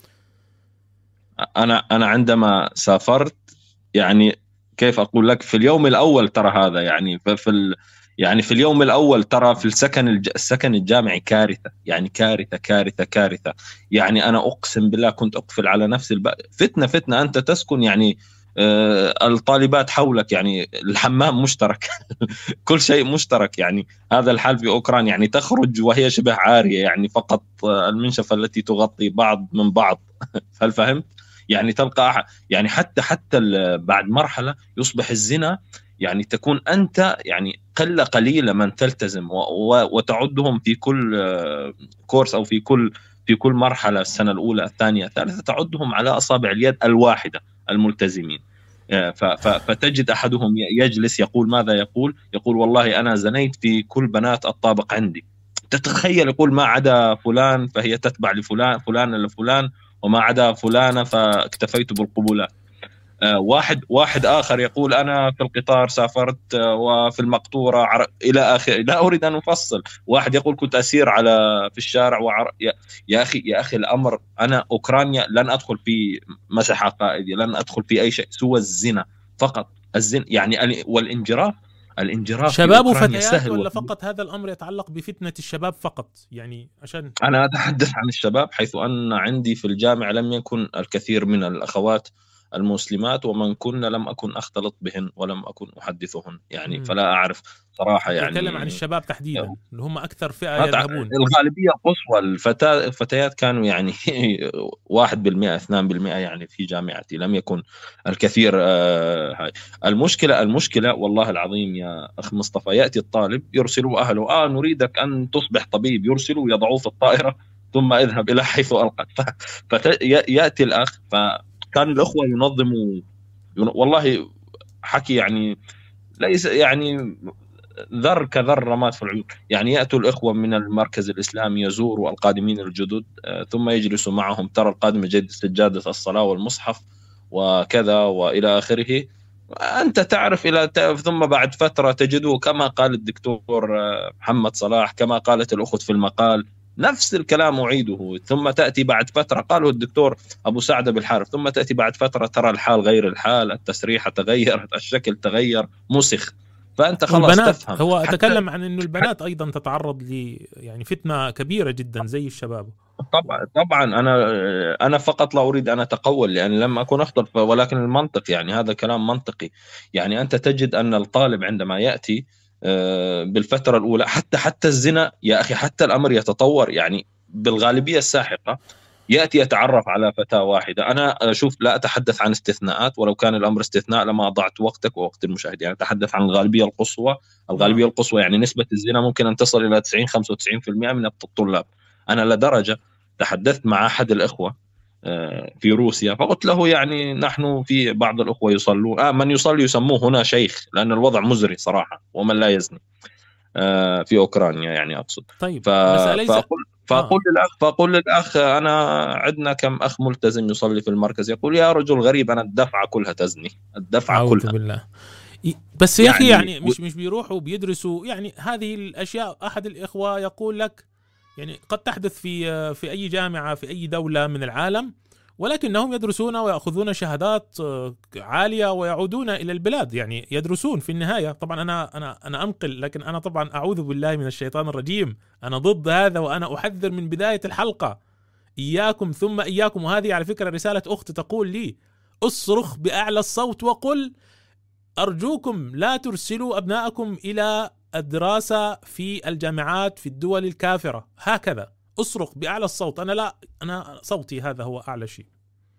[SPEAKER 3] أنا أنا عندما سافرت يعني كيف أقول لك، في اليوم الأول ترى هذا يعني في ال... يعني في اليوم الأول ترى في السكن الج... السكن الجامعي كارثة، يعني كارثة كارثة كارثة. يعني أنا أقسم بالله كنت أقفل على نفسي الب... فتنة فتنة. أنت تسكن يعني آه الطالبات حولك، يعني الحمام مشترك كل شيء مشترك. يعني هذا الحال في أوكرانيا، يعني تخرج وهي شبه عارية، يعني فقط المنشفة التي تغطي بعض من بعض. هل فهمت؟ يعني تلقى يعني حتى حتى بعد مرحلة يصبح الزنا، يعني تكون أنت يعني قلة قليلة من تلتزم وتعدهم في كل كورس أو في كل في كل مرحلة، السنة الأولى الثانية الثالثة، تعدهم على أصابع اليد الواحدة الملتزمين. فتجد أحدهم يجلس يقول ماذا يقول؟ يقول والله أنا زنيت في كل بنات الطابق عندي. تتخيل، يقول ما عدا فلان فهي تتبع لفلان، فلان لفلان، وما عدا فلانة فاكتفيت بالقبولات. آه واحد واحد آخر يقول أنا في القطار سافرت آه وفي المقطورة عر... إلى آخر. لا أريد أن أفصل. واحد يقول كنت أسير على في الشارع وعر... يا... يا أخي يا أخي الأمر، أنا أوكرانيا لن أدخل في مسح قائدي، لن أدخل في أي شيء سوى الزنا فقط. الزنا يعني والانجراف. الانجراف
[SPEAKER 1] شباب وفتيات ولا فقط هذا الأمر يتعلق بفتنة الشباب فقط؟ يعني عشان
[SPEAKER 3] أنا أتحدث عن الشباب، حيث أن عندي في الجامعة لم يكن الكثير من الأخوات المسلمات، ومن كنا لم أكن أختلط بهن ولم أكن أحدثهن يعني. م. فلا أعرف صراحة يعني.
[SPEAKER 1] أتكلم عن الشباب تحديدا اللي هم أكثر فئة يذهبون.
[SPEAKER 3] الغالبية القصوى الفتاة الفتيات كانوا يعني واحد بالمئة اثنان بالمئة يعني في جامعتي، لم يكن الكثير. آه المشكلة المشكلة والله العظيم يا أخ مصطفى، يأتي الطالب يرسلوا أهله آه نريدك أن تصبح طبيب، يرسلوا يضعوه في الطائرة ثم اذهب إلى حيث ألقت. فيأتي الأخ، فكان الأخوة ينظموا والله حكي يعني ليس يعني ذر كذر رمات في العيون. يعني يأتوا الإخوة من المركز الإسلامي يزوروا القادمين الجدد، ثم يجلسوا معهم، ترى القادم الجديد سجادة الصلاة والمصحف وكذا وإلى آخره. أنت تعرف إلى ثم بعد فترة تجده كما قال الدكتور محمد صلاح، كما قالت الأخت في المقال، نفس الكلام أعيده. ثم تأتي بعد فترة قاله الدكتور أبو سعد بالحارث، ثم تأتي بعد فترة ترى الحال غير الحال، التسريحة تغيرت، الشكل تغير، مسخ. فأنت خلاص تفهم.
[SPEAKER 1] هو أتكلم عن إنه البنات أيضا تتعرض ل يعني فتنة كبيرة جدا زي الشباب.
[SPEAKER 3] طبعا طبعا أنا أنا فقط لا أريد أن أتقول لأن لم أكن أخطر، ولكن المنطق يعني هذا كلام منطقي. يعني أنت تجد أن الطالب عندما يأتي بالفترة الأولى، حتى حتى الزنا يا أخي، حتى الأمر يتطور يعني بالغالبية الساحقة. يأتي يتعرف على فتاة واحدة. أنا أشوف لا أتحدث عن استثناءات، ولو كان الأمر استثناء لما أضعت وقتك ووقت المشاهد. يعني أتحدث عن الغالبية القصوى. الغالبية القصوى يعني نسبة الزنا ممكن أن تصل إلى تسعين خمسة وتسعين بالمئة من الطلاب. أنا لدرجة تحدثت مع أحد الإخوة في روسيا، فقلت له يعني نحن في بعض الأخوة يصلون، آه من يصلي يسموه هنا شيخ، لأن الوضع مزري صراحة، ومن لا يزني في أوكرانيا يعني أقصد.
[SPEAKER 1] طيب
[SPEAKER 3] ف... فأقول فأقول آه. للأخ فأقول للأخ أنا عندنا كم أخ ملتزم يصلي في المركز، يقول يا رجل غريب أنا الدفعة كلها تزني، الدفعة كلها.
[SPEAKER 1] بالله. بس يا أخي يعني, يعني مش مش بيروحوا بيدرسوا يعني هذه الأشياء. أحد الإخوة يقول لك يعني قد تحدث في في أي جامعة في أي دولة من العالم، ولكنهم يدرسون ويأخذون شهادات عالية ويعودون إلى البلاد، يعني يدرسون في النهاية. طبعا أنا أنا أنا أنقل، لكن أنا طبعا أعوذ بالله من الشيطان الرجيم، أنا ضد هذا، وأنا أحذر من بداية الحلقة إياكم ثم إياكم. وهذه على فكرة رسالة أخت تقول لي اصرخ بأعلى الصوت وقل أرجوكم لا ترسلوا أبناءكم إلى الدراسة في الجامعات في الدول الكافرة. هكذا اصرخ بأعلى الصوت. أنا لا أنا صوتي هذا هو أعلى شيء.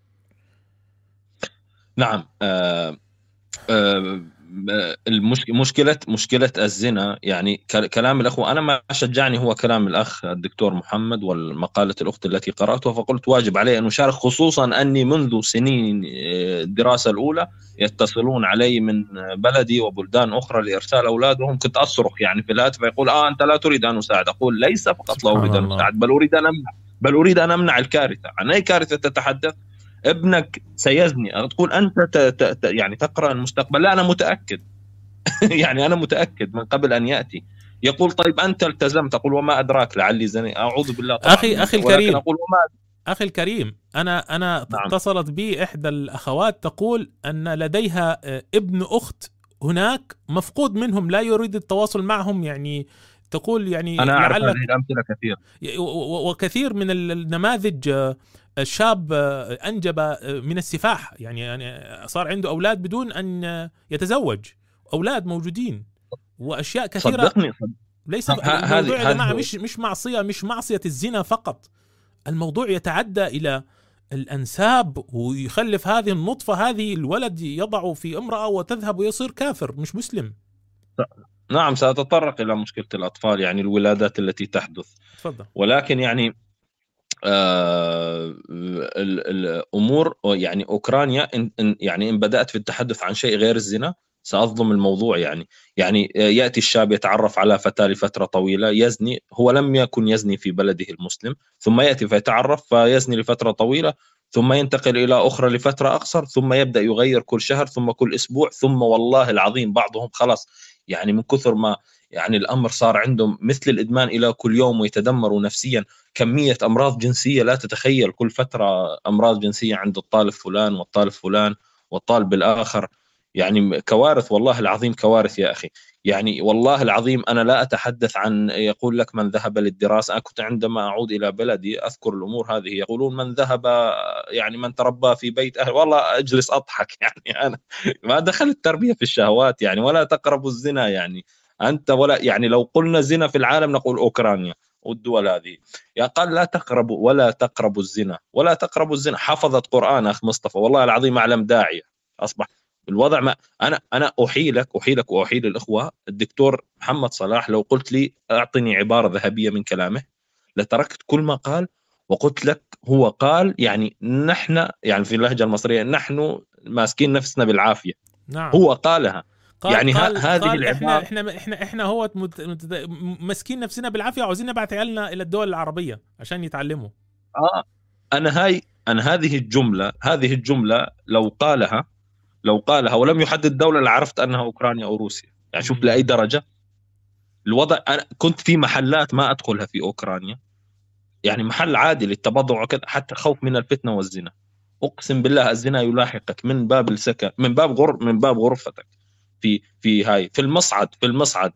[SPEAKER 3] نعم. آه آه المشكلة مشكلة الزنا يعني كلام الأخوة. أنا ما شجعني هو كلام الأخ الدكتور محمد والمقالة الأخت التي قرأتها، فقلت واجب علي أن أشارك، خصوصا أني منذ سنين الدراسة الأولى يتصلون علي من بلدي وبلدان أخرى لإرسال أولادهم. كنت أصرخ يعني في الهاتف، فيقول آه أنت لا تريد أن أساعد. أقول ليس فقط لا أريد أن أساعد، بل أريد أن أمنع بل أريد أن أمنع الكارثة. عن أي كارثة تتحدث؟ ابنك سيزني. تقول أنت ت ت يعني تقرأ المستقبل. لا أنا متأكد يعني أنا متأكد من قبل أن يأتي. يقول طيب أنت التزمت. أقول وما أدراك لعلي زني. أعوذ بالله طبعا.
[SPEAKER 1] أخي أخي الكريم
[SPEAKER 3] أقول وما
[SPEAKER 1] أخي الكريم أنا أنا نعم. اتصلت بي إحدى الأخوات تقول أن لديها ابن أخت هناك مفقود منهم، لا يريد التواصل معهم. يعني تقول يعني
[SPEAKER 3] أنا أعرف هذه الأمثلة كثير،
[SPEAKER 1] وكثير من النماذج الشاب أنجب من السفاح، يعني صار عنده أولاد بدون أن يتزوج، أولاد موجودين وأشياء كثيرة.
[SPEAKER 3] صدقني صدق.
[SPEAKER 1] ليس الموضوع يا جماعة مش مش معصية مش معصية الزنا فقط. الموضوع يتعدى إلى الأنساب، ويخلف هذه النطفة، هذه الولد يضع في امرأة وتذهب ويصير كافر مش مسلم.
[SPEAKER 3] نعم سأتطرق إلى مشكلة الأطفال، يعني الولادات التي تحدث.
[SPEAKER 1] تفضل.
[SPEAKER 3] ولكن يعني آه الأمور يعني أوكرانيا إن يعني إن بدأت في التحدث عن شيء غير الزنا سأظلم الموضوع. يعني يعني يأتي الشاب يتعرف على فتاة لفترة طويلة يزني، هو لم يكن يزني في بلده المسلم، ثم يأتي فيتعرف فيزني لفترة طويلة، ثم ينتقل إلى أخرى لفترة أقصر، ثم يبدأ يغير كل شهر، ثم كل أسبوع، ثم والله العظيم بعضهم خلاص يعني من كثر ما يعني الأمر صار عندهم مثل الإدمان إلى كل يوم ويتدمروا نفسيا. كمية أمراض جنسية لا تتخيل، كل فترة أمراض جنسية عند الطالب فلان والطالب فلان والطالب الآخر، يعني كوارث والله العظيم كوارث يا أخي. يعني والله العظيم أنا لا أتحدث عن يقول لك من ذهب للدراسة. أنا كنت عندما أعود إلى بلدي أذكر الأمور هذه، يقولون من ذهب يعني من تربى في بيت أهل، والله أجلس أضحك يعني أنا ما دخل التربية في الشهوات يعني، ولا تقربوا الزنا يعني أنت ولا يعني لو قلنا زنا في العالم نقول أوكرانيا والدول هذه. يا قال لا تقربوا ولا تقربوا الزنا ولا تقربوا الزنا. حفظت قرآن أخ مصطفى والله العظيم أعلم داعية. أصبح الوضع ما أنا أنا أحيلك أحيلك وأحيل الإخوة الدكتور محمد صلاح لو قلت لي أعطني عبارة ذهبية من كلامه لتركت كل ما قال وقلت لك هو قال يعني نحن يعني في اللهجة المصرية نحن ماسكين نفسنا بالعافية.
[SPEAKER 1] نعم.
[SPEAKER 3] هو قالها
[SPEAKER 1] قال
[SPEAKER 3] يعني
[SPEAKER 1] قال
[SPEAKER 3] هذه
[SPEAKER 1] قال
[SPEAKER 3] العبارة
[SPEAKER 1] احنا احنا احنا احنا هو ماسكين نفسنا بالعافيه وعاوزين نبعث عيالنا الى الدول العربيه عشان يتعلموا.
[SPEAKER 3] اه انا هاي انا هذه الجمله هذه الجمله لو قالها لو قالها ولم يحدد دوله لعرفت انها اوكرانيا او روسيا. يعني شوف لاي درجه الوضع. انا كنت في محلات ما ادخلها في اوكرانيا، يعني محل عادي للتبضع وكذا، حتى خوف من الفتنه والزنا. اقسم بالله الزنا يلاحقك من باب السكن، من باب غر من باب غرفتك، في في هاي في المصعد في المصعد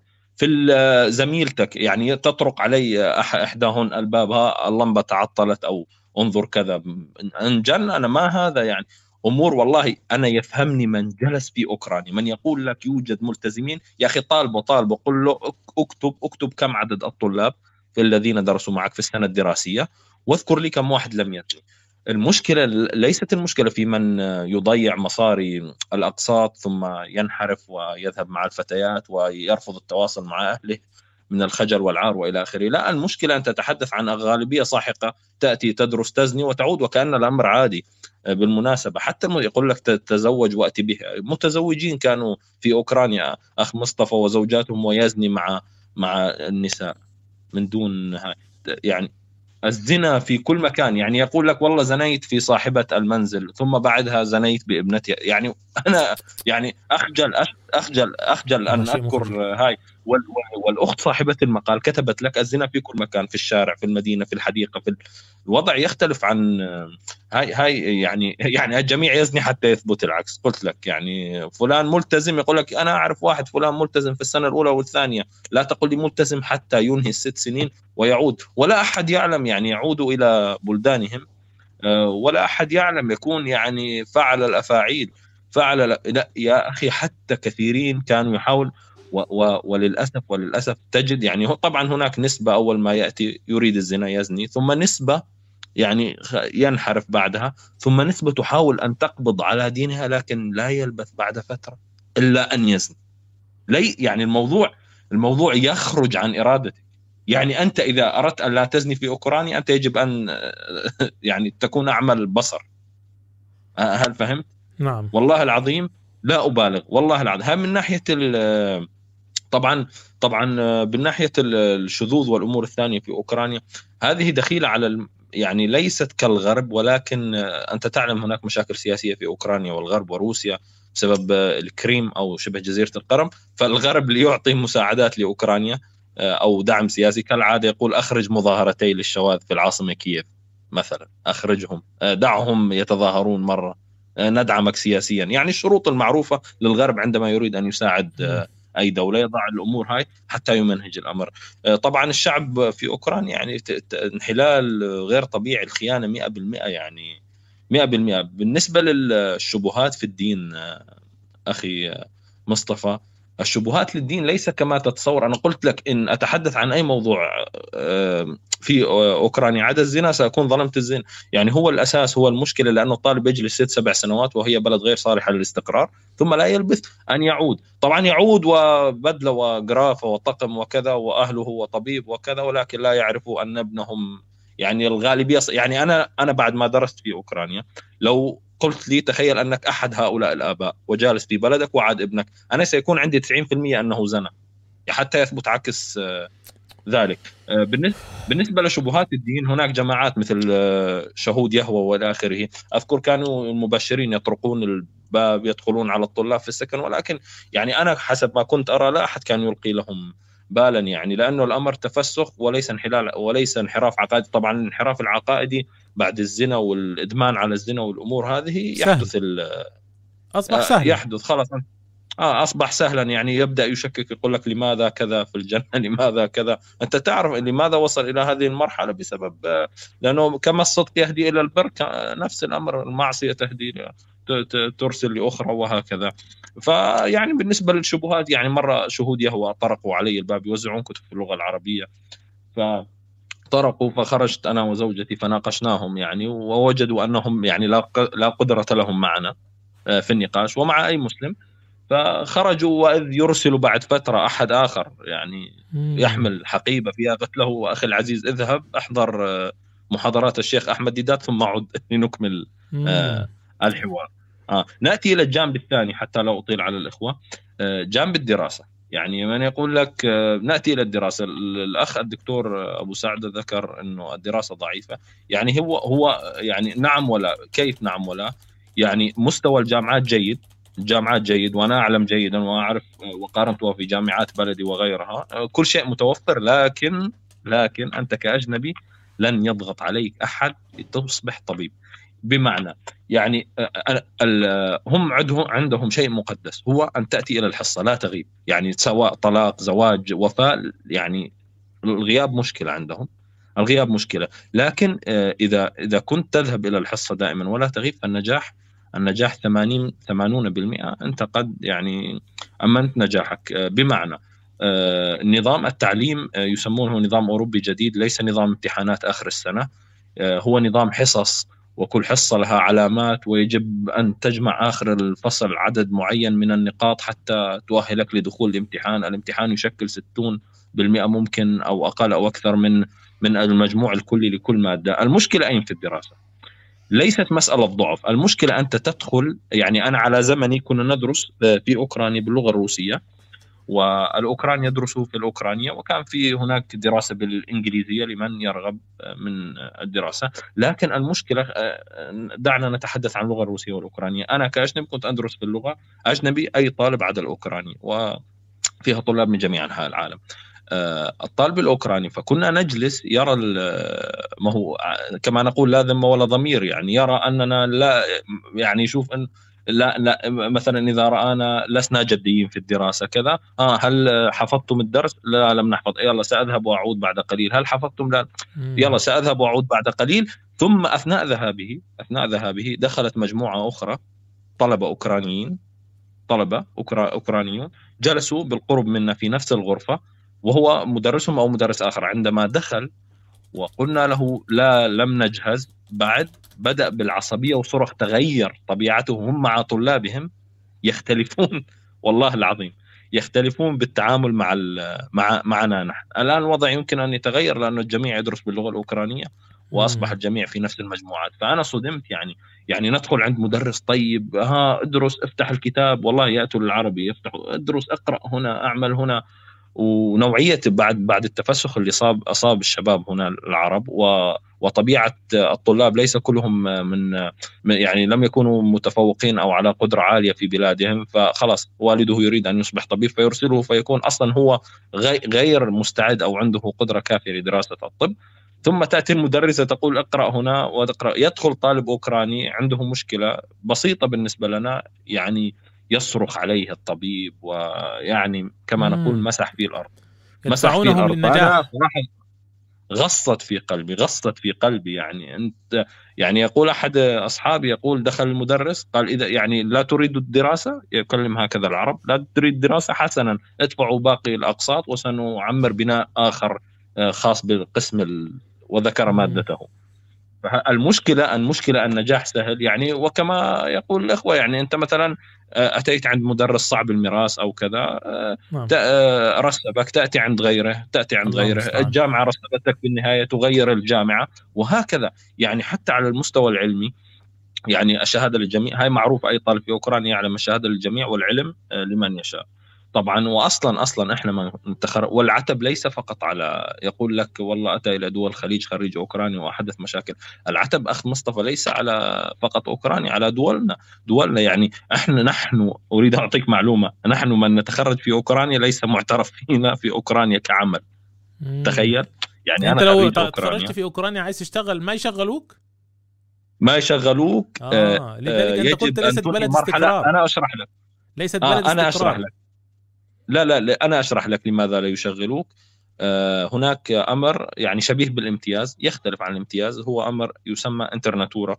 [SPEAKER 3] في زميلتك يعني تطرق علي احداهن الباب ها اللمبه تعطلت او انظر كذا انجن انا ما هذا يعني امور. والله انا يفهمني من جلس في اوكرانيا، من يقول لك يوجد ملتزمين. يا اخي طالبه طالبه قل له اكتب اكتب كم عدد الطلاب في الذين درسوا معك في السنه الدراسيه واذكر لي كم واحد لم يزني. المشكلة ليست المشكلة في من يضيع مصاري الأقساط ثم ينحرف ويذهب مع الفتيات ويرفض التواصل مع أهله من الخجل والعار وإلى آخره. لا، المشكلة أن تتحدث عن غالبية ساحقة تأتي تدرس تزني وتعود وكأن الأمر عادي. بالمناسبة حتى يقول لك تزوج وأتي به، متزوجين كانوا في أوكرانيا أخ مصطفى وزوجاتهم ويزني مع مع النساء من دون هاي. يعني الزنا في كل مكان. يعني يقول لك والله زنيت في صاحبة المنزل ثم بعدها زنيت بابنتها. يعني أنا يعني أخجل أخجل أخجل أن أذكر هاي. والأخت صاحبة المقال كتبت لك الزنا في كل مكان، في الشارع في المدينة في الحديقة في الوضع يختلف عن هاي هاي يعني يعني الجميع يزني حتى يثبت العكس. قلت لك يعني فلان ملتزم، يقول لك أنا أعرف واحد فلان ملتزم في السنة الأولى والثانية، لا تقل لي ملتزم حتى ينهي الست سنين ويعود، ولا أحد يعلم يعني يعودوا إلى بلدانهم ولا أحد يعلم يكون يعني فعل الأفاعيل فعل. لا يا أخي حتى كثيرين كانوا يحاول و و وللأسف وللأسف تجد يعني طبعا هناك نسبة أول ما يأتي يريد الزنا يزني، ثم نسبة يعني ينحرف بعدها، ثم نسبة تحاول أن تقبض على دينها لكن لا يلبث بعد فترة إلا أن يزني. لي يعني الموضوع الموضوع يخرج عن إرادتك. يعني أنت إذا أردت أن لا تزني في أوكرانيا أنت يجب أن يعني تكون أعمى البصر. هل فهمت؟
[SPEAKER 1] نعم.
[SPEAKER 3] والله العظيم لا أبالغ والله العظيم. هم من ناحية طبعا طبعا بالناحية الشذوذ والأمور الثانية في أوكرانيا هذه دخيلة على يعني ليست كالغرب، ولكن أنت تعلم هناك مشاكل سياسية في أوكرانيا والغرب وروسيا بسبب الكريم أو شبه جزيرة القرم. فالغرب ليعطي مساعدات لأوكرانيا أو دعم سياسي كالعادة يقول أخرج مظاهرتي للشواذ في العاصمة كييف مثلا، أخرجهم دعهم يتظاهرون مرة ندعمك سياسيا. يعني الشروط المعروفة للغرب عندما يريد أن يساعد أي دولة يضع الأمور هاي حتى يمنهج الأمر. طبعا الشعب في أوكرانيا يعني انحلال غير طبيعي، الخيانة مئة بالمئة يعني مئة بالمئة. بالنسبة للشبهات في الدين أخي مصطفى، الشبهات للدين ليس كما تتصور. أنا قلت لك إن أتحدث عن أي موضوع في أوكرانيا عدا الزنا سأكون ظلمت الزنا. يعني هو الأساس هو المشكلة، لأنه الطالب يجلس ست سبع سنوات وهي بلد غير صالحة للاستقرار ثم لا يلبث أن يعود. طبعا يعود وبدلة وقرافة وطقم وكذا وأهله وطبيب وكذا، ولكن لا يعرفوا أن ابنهم يعني الغالبية يعني أنا أنا بعد ما درست في أوكرانيا، لو قلت لي تخيل أنك أحد هؤلاء الآباء وجالس في بلدك وعد ابنك، أنا سيكون عندي تسعين بالمئة أنه زنى حتى يثبت عكس ذلك. بالنسبة لشبهات الدين، هناك جماعات مثل شهود يهوه والى آخره، أذكر كانوا المبشرين يطرقون الباب يدخلون على الطلاب في السكن، ولكن يعني أنا حسب ما كنت أرى لا أحد كان يلقي لهم بالا، يعني لأنه الأمر تفسخ وليس انحلال وليس انحراف عقائدي. طبعا الانحراف العقائدي بعد الزنا والإدمان على الزنا والأمور هذه يحدث
[SPEAKER 1] أصبح سهل،
[SPEAKER 3] يحدث خلاص آه أصبح سهلا، يعني يبدأ يشكك، يقول لك لماذا كذا في الجنة، لماذا كذا. أنت تعرف لماذا وصل إلى هذه المرحلة؟ بسبب لأنه كما الصدق يهدي إلى البر، نفس الأمر المعصية تهدي ترسل لأخرى وهكذا. فيعني بالنسبة للشبهات، يعني مرة شهود يهوه طرقوا علي الباب يوزعون كتب في اللغة العربية، فطرقوا فخرجت أنا وزوجتي فناقشناهم يعني، ووجدوا أنهم يعني لا قدرة لهم معنا في النقاش ومع أي مسلم، فخرجوا وإذ يرسل بعد فترة أحد آخر يعني يحمل حقيبة فيها، قلت له أخي العزيز اذهب أحضر محاضرات الشيخ أحمد ديدات ثم عد لنكمل آه الحوار. آه. نأتي إلى الجانب الثاني حتى لا أطيل على الإخوة، آه جانب الدراسة. يعني من يقول لك آه نأتي إلى الدراسة، الأخ الدكتور أبو سعد ذكر أنه الدراسة ضعيفة، يعني هو هو يعني نعم ولا، كيف نعم ولا؟ يعني مستوى الجامعات جيد، الجامعات جيد، وأنا أعلم جيدا وأعرف وقارنتها في جامعات بلدي وغيرها، كل شيء متوفر، لكن لكن أنت كأجنبي لن يضغط عليك أحد لتصبح طبيب. بمعنى يعني هم عندهم شيء مقدس، هو أن تأتي إلى الحصة لا تغيب، يعني سواء طلاق زواج وفاة، يعني الغياب مشكلة عندهم، الغياب مشكلة. لكن إذا إذا كنت تذهب إلى الحصة دائما ولا تغيب، فالنجاح النجاح ثمانين ثمانون بالمئة أنت قد يعني أمنت نجاحك. بمعنى نظام التعليم يسمونه نظام أوروبي جديد، ليس نظام امتحانات آخر السنة، هو نظام حصص، وكل حصة لها علامات، ويجب أن تجمع آخر الفصل عدد معين من النقاط حتى تؤهلك لدخول الامتحان. الامتحان يشكل ستين بالمئة ممكن أو أقل أو أكثر من من المجموع الكلي لكل مادة. المشكلة أين في الدراسة؟ ليست مسألة ضعف، المشكلة أنت تدخل، يعني أنا على زمني كنا ندرس في أوكرانيا باللغة الروسية، والأوكران يدرسوا في الأوكرانية، وكان في هناك دراسة بالإنجليزية لمن يرغب من الدراسة. لكن المشكلة، دعنا نتحدث عن اللغة الروسية والأوكرانية، أنا كأجنبي كنت أدرس باللغة أجنبي أي طالب عدا الأوكراني، وفيها طلاب من جميع أنحاء العالم. الطالب الأوكراني فكنا نجلس يرى، ما هو كما نقول لا ذم ولا ضمير، يعني يرى أننا لا، يعني يشوف أن لا لا مثلا إذا رأنا لسنا جديين في الدراسة كذا، آه هل حفظتم الدرس؟ لا لم نحفظ، يلا سأذهب وأعود بعد قليل. هل حفظتم؟ لا، يلا سأذهب وأعود بعد قليل. ثم أثناء ذهابه أثناء ذهابه دخلت مجموعة أخرى طلبة أوكرانيين طلبة أوكرا أوكرانيون جلسوا بالقرب منا في نفس الغرفة، وهو مدرسهم أو مدرس آخر. عندما دخل وقلنا له لا لم نجهز بعد، بدأ بالعصبية وصرخ، تغير طبيعته. هم مع طلابهم يختلفون والله العظيم، يختلفون بالتعامل مع مع معنا نحن. الآن الوضع يمكن أن يتغير لأن الجميع يدرس باللغة الأوكرانية وأصبح الجميع في نفس المجموعات. فأنا صدمت، يعني يعني ندخل عند مدرس طيب، ها ادرس افتح الكتاب، والله يأتوا للعربي يفتحوا ادرس اقرأ هنا أعمل هنا. ونوعية بعد بعد التفسخ اللي صاب أصاب الشباب هنا العرب، وطبيعة الطلاب ليس كلهم من يعني لم يكونوا متفوقين أو على قدرة عالية في بلادهم، فخلاص والده يريد أن يصبح طبيب فيرسله، فيكون أصلا هو غير مستعد أو عنده قدرة كافية لدراسة الطب. ثم تأتي المدرسة تقول اقرأ هنا وتقرأ، يدخل طالب أوكراني عنده مشكلة بسيطة بالنسبة لنا، يعني يصرخ عليه الطبيب، ويعني كما مم. نقول مسح في الأرض مسح في الأرض. أنا غصت في قلبي غصت في قلبي يعني أنت يعني يقول أحد أصحابي، يقول دخل المدرس قال إذا يعني لا تريد الدراسة، يكلم هكذا العرب، لا تريد الدراسة حسنا ادفعوا باقي الأقساط وسنعمر بناء آخر خاص بالقسم ال... وذكر مم. مادته. المشكلة المشكلة النجاح سهل يعني، وكما يقول الأخوة يعني أنت مثلا أتيت عند مدرس صعب المراس أو كذا نعم. رسبك، تأتي عند غيره، تأتي عند غيره، الجامعة رسبتك بالنهاية تغير الجامعة، وهكذا يعني. حتى على المستوى العلمي يعني الشهادة للجميع، هاي معروف، أي طالب في أوكرانيا يعلم الشهادة للجميع والعلم لمن يشاء طبعا. واصلا اصلا احنا ما نتخر... والعتب ليس فقط على يقول لك والله اتى الى دول الخليج خريج اوكرانيا واحدث مشاكل. العتب اخ مصطفى ليس على فقط اوكرانيا، على دولنا دولنا يعني. احنا نحن اريد اعطيك معلومه، نحن من نتخرج في اوكرانيا ليس معترف فينا في اوكرانيا كعمل. مم. تخيل يعني.
[SPEAKER 1] انت لو تخرجت في اوكرانيا عايز تشتغل ما يشغلوك
[SPEAKER 3] ما يشغلوك
[SPEAKER 1] اه لذلك انت قلت ليست بلد استقرار.
[SPEAKER 3] انا اشرح لك
[SPEAKER 1] ليست بلد آه استقرار.
[SPEAKER 3] انا اشرح لك لا لا أنا أشرح لك لماذا لا يشغلوك. آه هناك أمر يعني شبيه بالامتياز، يختلف عن الامتياز، هو أمر يسمى انترناتورا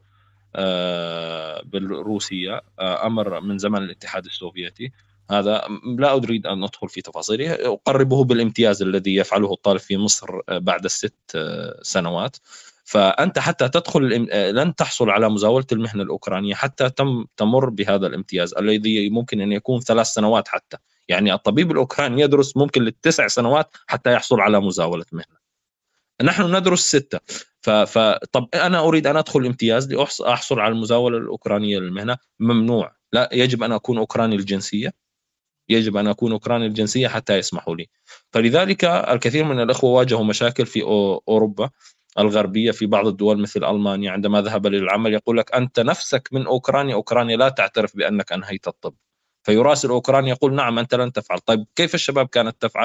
[SPEAKER 3] آه بالروسية، آه أمر من زمن الاتحاد السوفيتي. هذا لا أريد أن أدخل في تفاصيله، أقربه بالامتياز الذي يفعله الطالب في مصر بعد الست آه سنوات. فأنت حتى تدخل لن تحصل على مزاولة المهنة الأوكرانية حتى تم تمر بهذا الامتياز الذي ممكن أن يكون ثلاث سنوات حتى. يعني الطبيب الأوكراني يدرس ممكن للتسع سنوات حتى يحصل على مزاولة مهنة، نحن ندرس ستة. فطب أنا أريد أن أدخل امتياز لأحصل على المزاولة الأوكرانية للمهنة، ممنوع. لا، يجب أن أكون أوكراني الجنسية، يجب أن أكون أوكراني الجنسية حتى يسمحوا لي. فلذلك الكثير من الأخوة واجهوا مشاكل في أوروبا الغربية، في بعض الدول مثل ألمانيا، عندما ذهب للعمل يقول لك أنت نفسك من أوكرانيا، أوكرانيا لا تعترف بأنك أنهيت الطب. فيراسل أوكرانيا يقول نعم أنت لن تفعل. طيب كيف الشباب كانت تفعل؟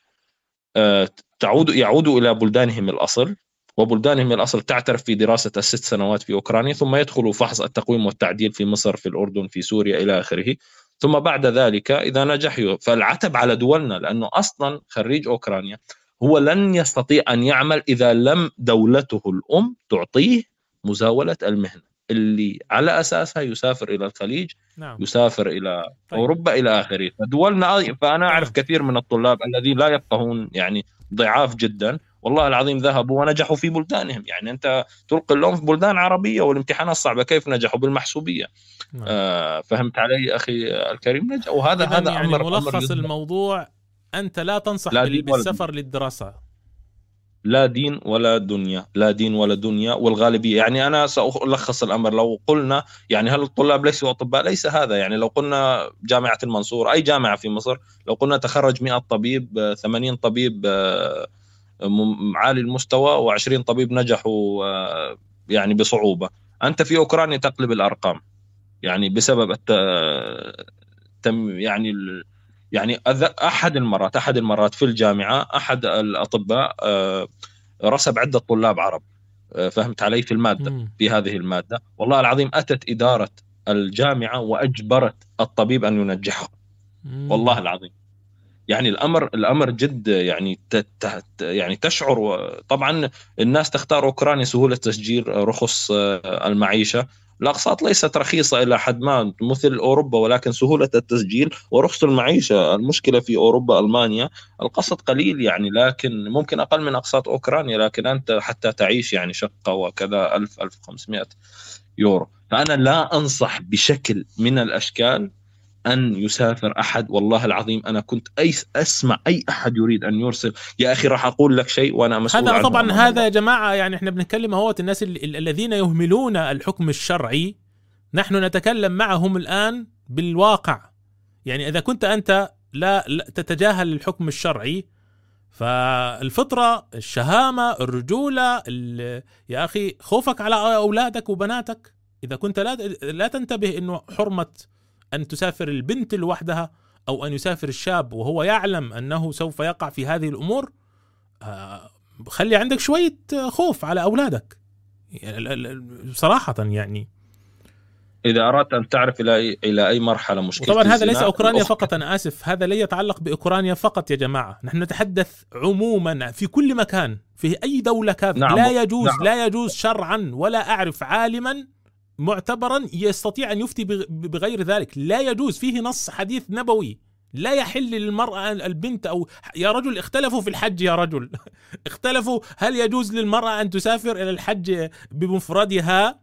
[SPEAKER 3] آه تعود يعودوا إلى بلدانهم الأصل، وبلدانهم الأصل تعترف في دراسة الست سنوات في أوكرانيا، ثم يدخلوا فحص التقويم والتعديل في مصر، في الأردن، في سوريا إلى آخره. ثم بعد ذلك إذا نجحوا، فالعتب على دولنا، لأنه أصلا خريج أوكرانيا هو لن يستطيع أن يعمل إذا لم دولته الأم تعطيه مزاولة المهنة اللي على أساسها يسافر إلى الخليج، نعم. يسافر إلى طيب. أوروبا إلى آخره. فدولنا، فأنا أعرف كثير من الطلاب الذين لا يفقهون يعني ضعاف جدا والله العظيم ذهبوا ونجحوا في بلدانهم. يعني أنت تلقي اللوم في بلدان عربية والامتحانات صعبة، كيف نجحوا؟ بالمحسوبية. نعم. آه فهمت علي أخي الكريم؟ نجح. وهذا هذا
[SPEAKER 1] يعني
[SPEAKER 3] أمر
[SPEAKER 1] ملخص أمر الموضوع، أنت لا تنصح لا بالسفر للدراسة.
[SPEAKER 3] لا دين ولا دنيا، لا دين ولا دنيا. والغالبية يعني أنا سألخص الأمر، لو قلنا يعني هل الطلاب ليسوا أطباء؟ ليس هذا. يعني لو قلنا جامعة المنصور، أي جامعة في مصر، لو قلنا تخرج مئة طبيب، ثمانين طبيب عالي المستوى وعشرين طبيب نجحوا يعني بصعوبة. أنت في أوكرانيا تقلب الأرقام يعني بسبب الت... تم يعني ال... يعني أحد المرات أحد المرات في الجامعة أحد الأطباء رسب عدة طلاب عرب، فهمت علي، في المادة م. في هذه المادة. والله العظيم أتت إدارة الجامعة وأجبرت الطبيب أن ينجحه. م. والله العظيم يعني الأمر الأمر جد يعني تت يعني تشعر. طبعا الناس تختار أوكرانيا سهولة تسجيل، رخص المعيشة، الأقساط ليست رخيصة إلى حد ما مثل أوروبا، ولكن سهولة التسجيل ورخص المعيشة. المشكلة في أوروبا ألمانيا القسط قليل يعني، لكن ممكن أقل من أقساط أوكرانيا، لكن أنت حتى تعيش يعني شقة وكذا ألف ألف وخمسمائة يورو. فأنا لا أنصح بشكل من الأشكال أن يسافر أحد. والله العظيم أنا كنت أي أسمع أي أحد يريد أن يرسل، يا أخي راح أقول لك شيء وأنا مسؤول عنه.
[SPEAKER 1] هذا طبعا هذا يا جماعة يعني إحنا بنتكلم اهوت الناس ال- الذين يهملون الحكم الشرعي، نحن نتكلم معهم الآن بالواقع. يعني إذا كنت أنت لا, لا تتجاهل الحكم الشرعي، فالفطرة، الشهامة، الرجولة، يا أخي خوفك على أولادك وبناتك. إذا كنت لا لا تنتبه إنه حرمة أن تسافر البنت لوحدها أو أن يسافر الشاب وهو يعلم أنه سوف يقع في هذه الأمور، خلي عندك شوية خوف على أولادك صراحة. يعني
[SPEAKER 3] إذا أردت أن تعرف إلى إلى أي مرحلة مشكلة.
[SPEAKER 1] طبعا هذا ليس أوكرانيا فقط، أنا آسف، هذا لا يتعلق بأوكرانيا فقط يا جماعة، نحن نتحدث عموما في كل مكان، في أي دولة كانت. نعم. لا يجوز نعم. لا يجوز شرعا، ولا أعرف عالما معتبرا يستطيع أن يفتي بغير ذلك. لا يجوز، فيه نص حديث نبوي لا يحل للمرأة البنت أو يا رجل، اختلفوا في الحج يا رجل اختلفوا هل يجوز للمرأة أن تسافر إلى الحج بمفردها،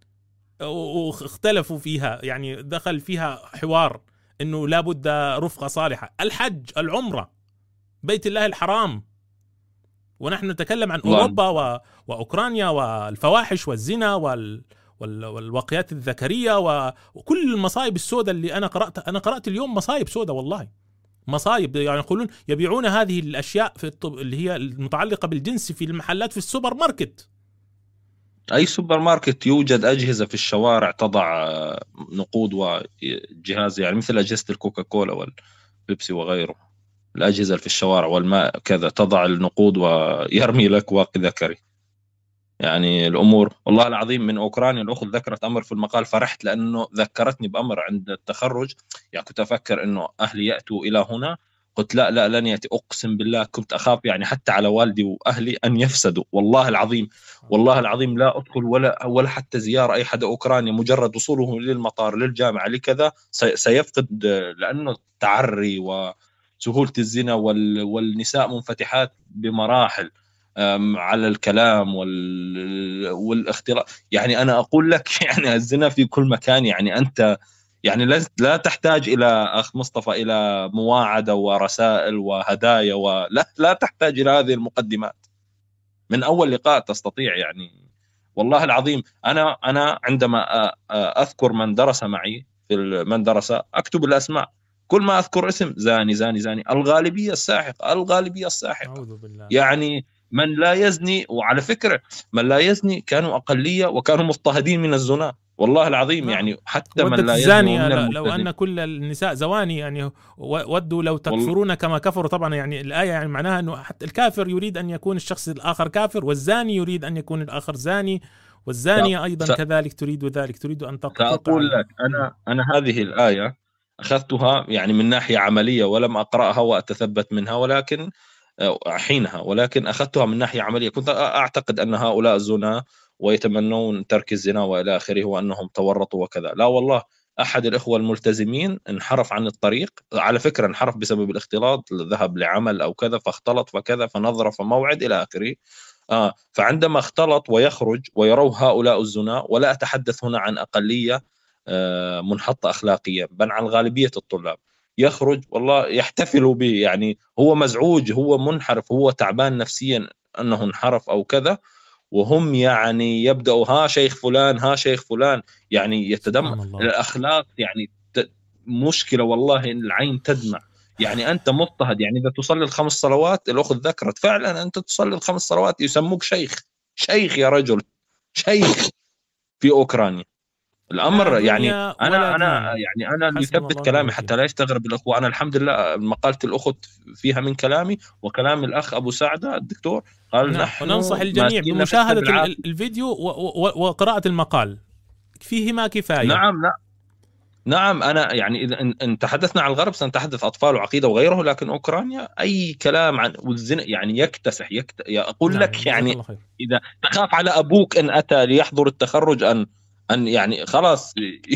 [SPEAKER 1] واختلفوا فيها، يعني دخل فيها حوار إنه لابد رفقة صالحة. الحج، العمرة، بيت الله الحرام، ونحن نتكلم عن أوروبا و... وأوكرانيا والفواحش والزنا وال... وال... والواقيات الذكرية و... وكل المصايب السوداء اللي أنا قرأت أنا قرأت اليوم مصايب سوداء والله، مصايب. يعني يقولون يبيعون هذه الأشياء في الطب... اللي هي المتعلقة بالجنس في المحلات في السوبر ماركت.
[SPEAKER 3] أي سوبر ماركت يوجد أجهزة في الشوارع تضع نقود وجهاز، يعني مثل أجهزة الكوكاكولا والبيبسي وغيره، الأجهزة في الشوارع والماء كذا، تضع النقود ويرمي لك واقي ذكري. يعني الأمور والله العظيم من أوكرانيا. الأخت ذكرت أمر في المقال، فرحت لأنه ذكرتني بأمر عند التخرج. يعني كنت أفكر أنه أهلي يأتوا إلى هنا، قلت لا لا لن يأتي، أقسم بالله كنت أخاف يعني حتى على والدي وأهلي أن يفسدوا. والله العظيم والله العظيم لا أدخل ولا ولا حتى زيارة أي حد أوكرانيا، مجرد وصوله للمطار للجامعة لكذا سيفقد، لأنه تعري وسهولة الزنا والنساء منفتحات بمراحل على الكلام والاختلاط. يعني أنا أقول لك يعني الزنا في كل مكان. يعني أنت يعني لا تحتاج إلى أخ مصطفى إلى مواعدة ورسائل وهدايا، ولا لا تحتاج إلى هذه المقدمات. من أول لقاء تستطيع. يعني والله العظيم أنا أنا عندما أذكر من درس معي في من درس أكتب الأسماء، كل ما أذكر اسم زاني زاني زاني، الغالبية الساحقة الغالبية الساحقة. أعوذ بالله. يعني من لا يزني، وعلى فكرة من لا يزني كانوا أقلية وكانوا مضطهدين من الزنا والله العظيم. يعني حتى من لا يزني
[SPEAKER 1] لو أن كل النساء زواني يعني ودوا لو تكفرون كما كفروا. طبعا يعني الآية يعني معناها أنه حتى الكافر يريد أن يكون الشخص الآخر كافر، والزاني يريد أن يكون الآخر زاني، والزانية أيضا ف... كذلك تريد ذلك، تريد أن تقطع.
[SPEAKER 3] أقول لك أنا أنا هذه الآية أخذتها يعني من ناحية عملية، ولم أقرأها وأتثبت منها ولكن حينها ولكن أخذتها من ناحية عملية. كنت أعتقد أن هؤلاء الزنا ويتمنون ترك الزنا وإلى آخره وأنهم تورطوا وكذا. لا والله، أحد الإخوة الملتزمين انحرف عن الطريق، على فكرة انحرف بسبب الاختلاط، ذهب لعمل أو كذا فاختلط فكذا فنظر فموعد إلى آخره. آه فعندما اختلط ويخرج ويروا هؤلاء الزنا، ولا أتحدث هنا عن أقلية آه منحطة أخلاقيا، بل عن غالبية الطلاب، يخرج والله يحتفلوا به. يعني هو مزعوج، هو منحرف، هو تعبان نفسيا أنه انحرف أو كذا، وهم يعني يبدأوا ها شيخ فلان ها شيخ فلان، يعني يتدمر الأخلاق. يعني مشكلة والله، العين تدمع. يعني أنت مضطهد. يعني إذا تصلي الخمس صلوات، الأخت ذكرت فعلا أنت تصلي الخمس صلوات يسموك شيخ. شيخ يا رجل، شيخ في أوكرانيا. الأمر يعني أنا أنا يعني أنا اللي يثبت كلامي حتى لا يستغرب الأخوة. أنا الحمد لله مقالة الأخت فيها من كلامي وكلام الأخ أبو سعدة الدكتور، قال
[SPEAKER 1] نعم.
[SPEAKER 3] نحن
[SPEAKER 1] وننصح الجميع بمشاهدة الفيديو وقراءة المقال، فيهما كفاية.
[SPEAKER 3] نعم لا نعم أنا يعني إذا إن تحدثنا عن الغرب سنتحدث أطفال وعقيدة وغيره، لكن أوكرانيا أي كلام عن والزنا يعني يكتسح يكت... أقول نعم. لك يعني إذا تخاف على أبوك إن أتى ليحضر التخرج أن أن يعني خلاص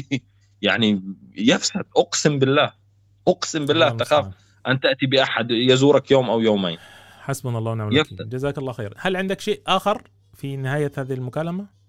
[SPEAKER 3] يعني يفسد. أقسم بالله أقسم بالله تخاف أن تأتي بأحد يزورك يوم أو يومين.
[SPEAKER 1] حسبنا الله ونعم الوكيل. جزاك الله خير. هل عندك شيء آخر في نهاية هذه المكالمة؟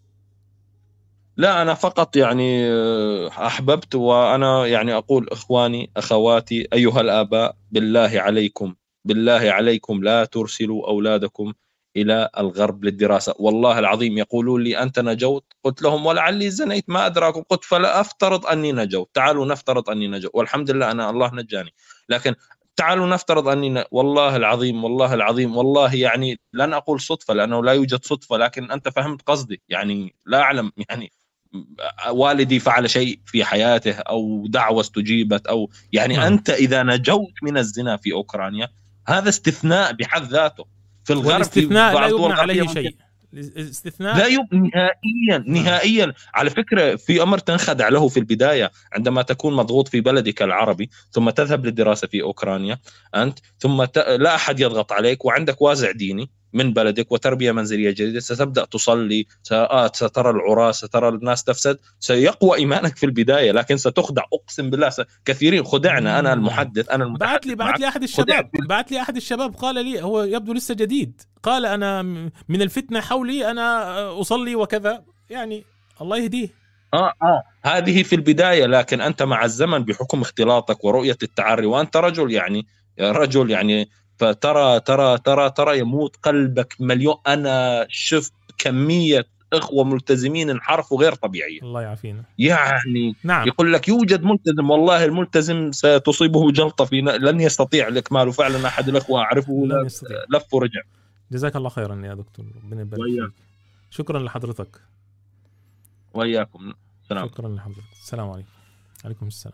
[SPEAKER 3] لا، أنا فقط يعني أحببت وأنا يعني أقول إخواني أخواتي أيها الآباء، بالله عليكم بالله عليكم لا ترسلوا أولادكم إلى الغرب للدراسة. والله العظيم يقولون لي أنت نجوت، قلت لهم ولعلي زنيت ما أدراكم، قلت فلا أفترض أني نجوت، تعالوا نفترض أني نجوت والحمد لله أنا الله نجاني، لكن تعالوا نفترض أني ن... والله العظيم والله العظيم والله يعني لن أقول صدفة لأنه لا يوجد صدفة، لكن أنت فهمت قصدي. يعني لا أعلم يعني والدي فعل شيء في حياته أو دعوة استجيبت أو يعني م. أنت إذا نجوت من الزنا في أوكرانيا هذا استثناء بحد ذاته. في الغرب
[SPEAKER 1] والاستثناء لا يبنى عليه شيء، الاستثناء
[SPEAKER 3] لا يبنى نهائيا نهائيا. على فكرة في أمر تنخدع له في البداية، عندما تكون مضغوط في بلدك العربي ثم تذهب للدراسة في أوكرانيا أنت، ثم ت... لا أحد يضغط عليك وعندك وازع ديني من بلدك وتربية منزلية جديدة، ستبدأ تصلي، سترى العراة، سترى الناس تفسد، سيقوى إيمانك في البداية، لكن ستخدع. أقسم بالله كثيرين خدعنا. أنا المحدث، أنا المتحدث.
[SPEAKER 1] بعت لي بعت لي أحد الشباب بعت لي أحد الشباب قال لي، هو يبدو لسه جديد، قال أنا من الفتنة حولي أنا أصلي وكذا، يعني الله يهديه.
[SPEAKER 3] آه آه هذه في البداية، لكن أنت مع الزمن بحكم اختلاطك ورؤية التعري، وأنت رجل يعني رجل يعني فترى ترى ترى ترى يموت قلبك مليون. أنا شفت كمية إخوة ملتزمين انحرفوا غير طبيعية،
[SPEAKER 1] الله يعافينا.
[SPEAKER 3] يعني
[SPEAKER 1] نعم.
[SPEAKER 3] يقول لك يوجد ملتزم، والله الملتزم ستصيبه جلطة في لن يستطيع الإكمال. وفعلا أحد الأخوة أعرفه لف ورجع.
[SPEAKER 1] جزاك الله خيرا يا دكتور، ربنا يبارك فيك. شكرا لحضرتك.
[SPEAKER 3] وإياكم. سلام.
[SPEAKER 1] شكرا لحضرتك. السلام عليكم. عليكم السلام.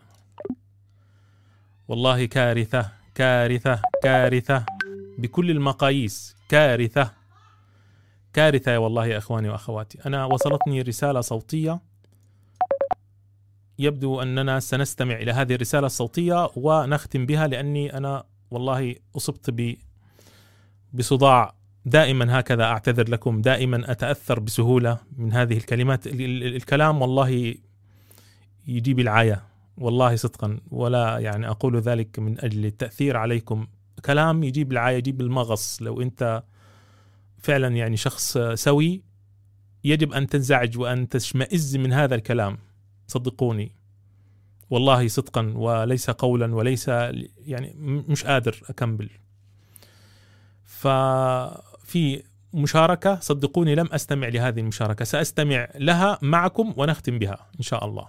[SPEAKER 1] والله كارثة كارثة كارثة بكل المقاييس، كارثة كارثة والله يا أخواني وأخواتي. أنا وصلتني رسالة صوتية، يبدو أننا سنستمع إلى هذه الرسالة الصوتية ونختم بها، لأني أنا والله أصبت ب بصداع. دائما هكذا أعتذر لكم، دائما أتأثر بسهولة من هذه الكلمات. الكلام والله يجيب العاية، والله صدقا، ولا يعني أقول ذلك من أجل التأثير عليكم. كلام يجيب العاية، يجيب المغص. لو أنت فعلا يعني شخص سوي يجب أن تنزعج وأن تشمئز من هذا الكلام، صدقوني والله صدقا، وليس قولا وليس يعني مش قادر أكمل. ففي مشاركة، صدقوني لم أستمع لهذه المشاركة، سأستمع لها معكم ونختم بها إن شاء الله.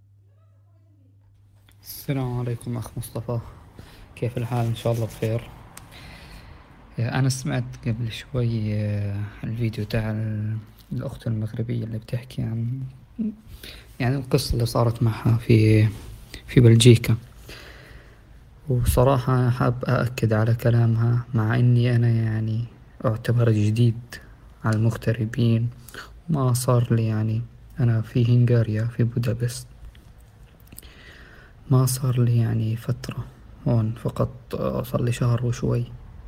[SPEAKER 4] السلام عليكم أخ مصطفى، كيف الحال؟ إن شاء الله بخير. أنا سمعت قبل شوي الفيديو تاع الأخت المغربية اللي بتحكي عن يعني القصة اللي صارت معها في في بلجيكا، وصراحة حاب أأكد على كلامها، مع إني أنا يعني أعتبر جديد على المغتربين. ما صار لي يعني أنا في هنغاريا في بودابست، ما صار لي يعني فترة هون، فقط صار لي شهر وشوي.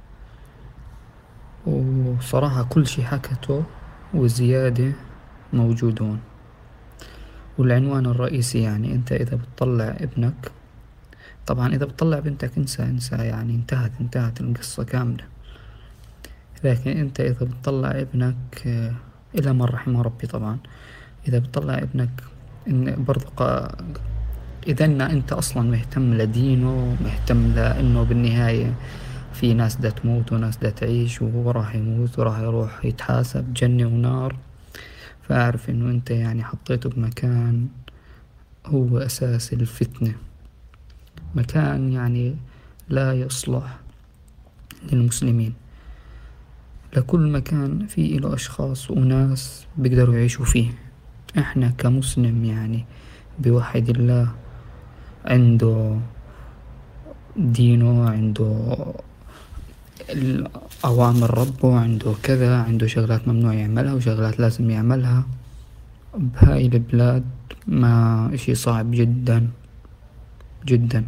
[SPEAKER 4] وصراحة كل شي حكته وزيادة موجود هون. والعنوان الرئيسي يعني أنت إذا بتطلع ابنك، طبعا إذا بتطلع بنتك انسى انسى يعني انتهت انتهت القصة كاملة. لكن أنت إذا بتطلع ابنك إلى من رحمه ربي، طبعا إذا بتطلع ابنك إن برضو قا إذا أنت أصلا مهتم لدينه، مهتم لأنه بالنهاية في ناس دا تموت وناس دا تعيش، وهو راح يموت وراح يروح يتحاسب جنة ونار. فأعرف إنه أنت يعني حطيته بمكان هو أساس الفتنة، مكان يعني لا يصلح للمسلمين. لكل مكان فيه له أشخاص وناس بيقدروا يعيشوا فيه. إحنا كمسلم يعني بوحد الله، عنده دينه، عنده أوامر ربه، عنده كذا، عنده شغلات ممنوع يعملها وشغلات لازم يعملها. بهاي البلاد ما إشي صعب جدا جدا.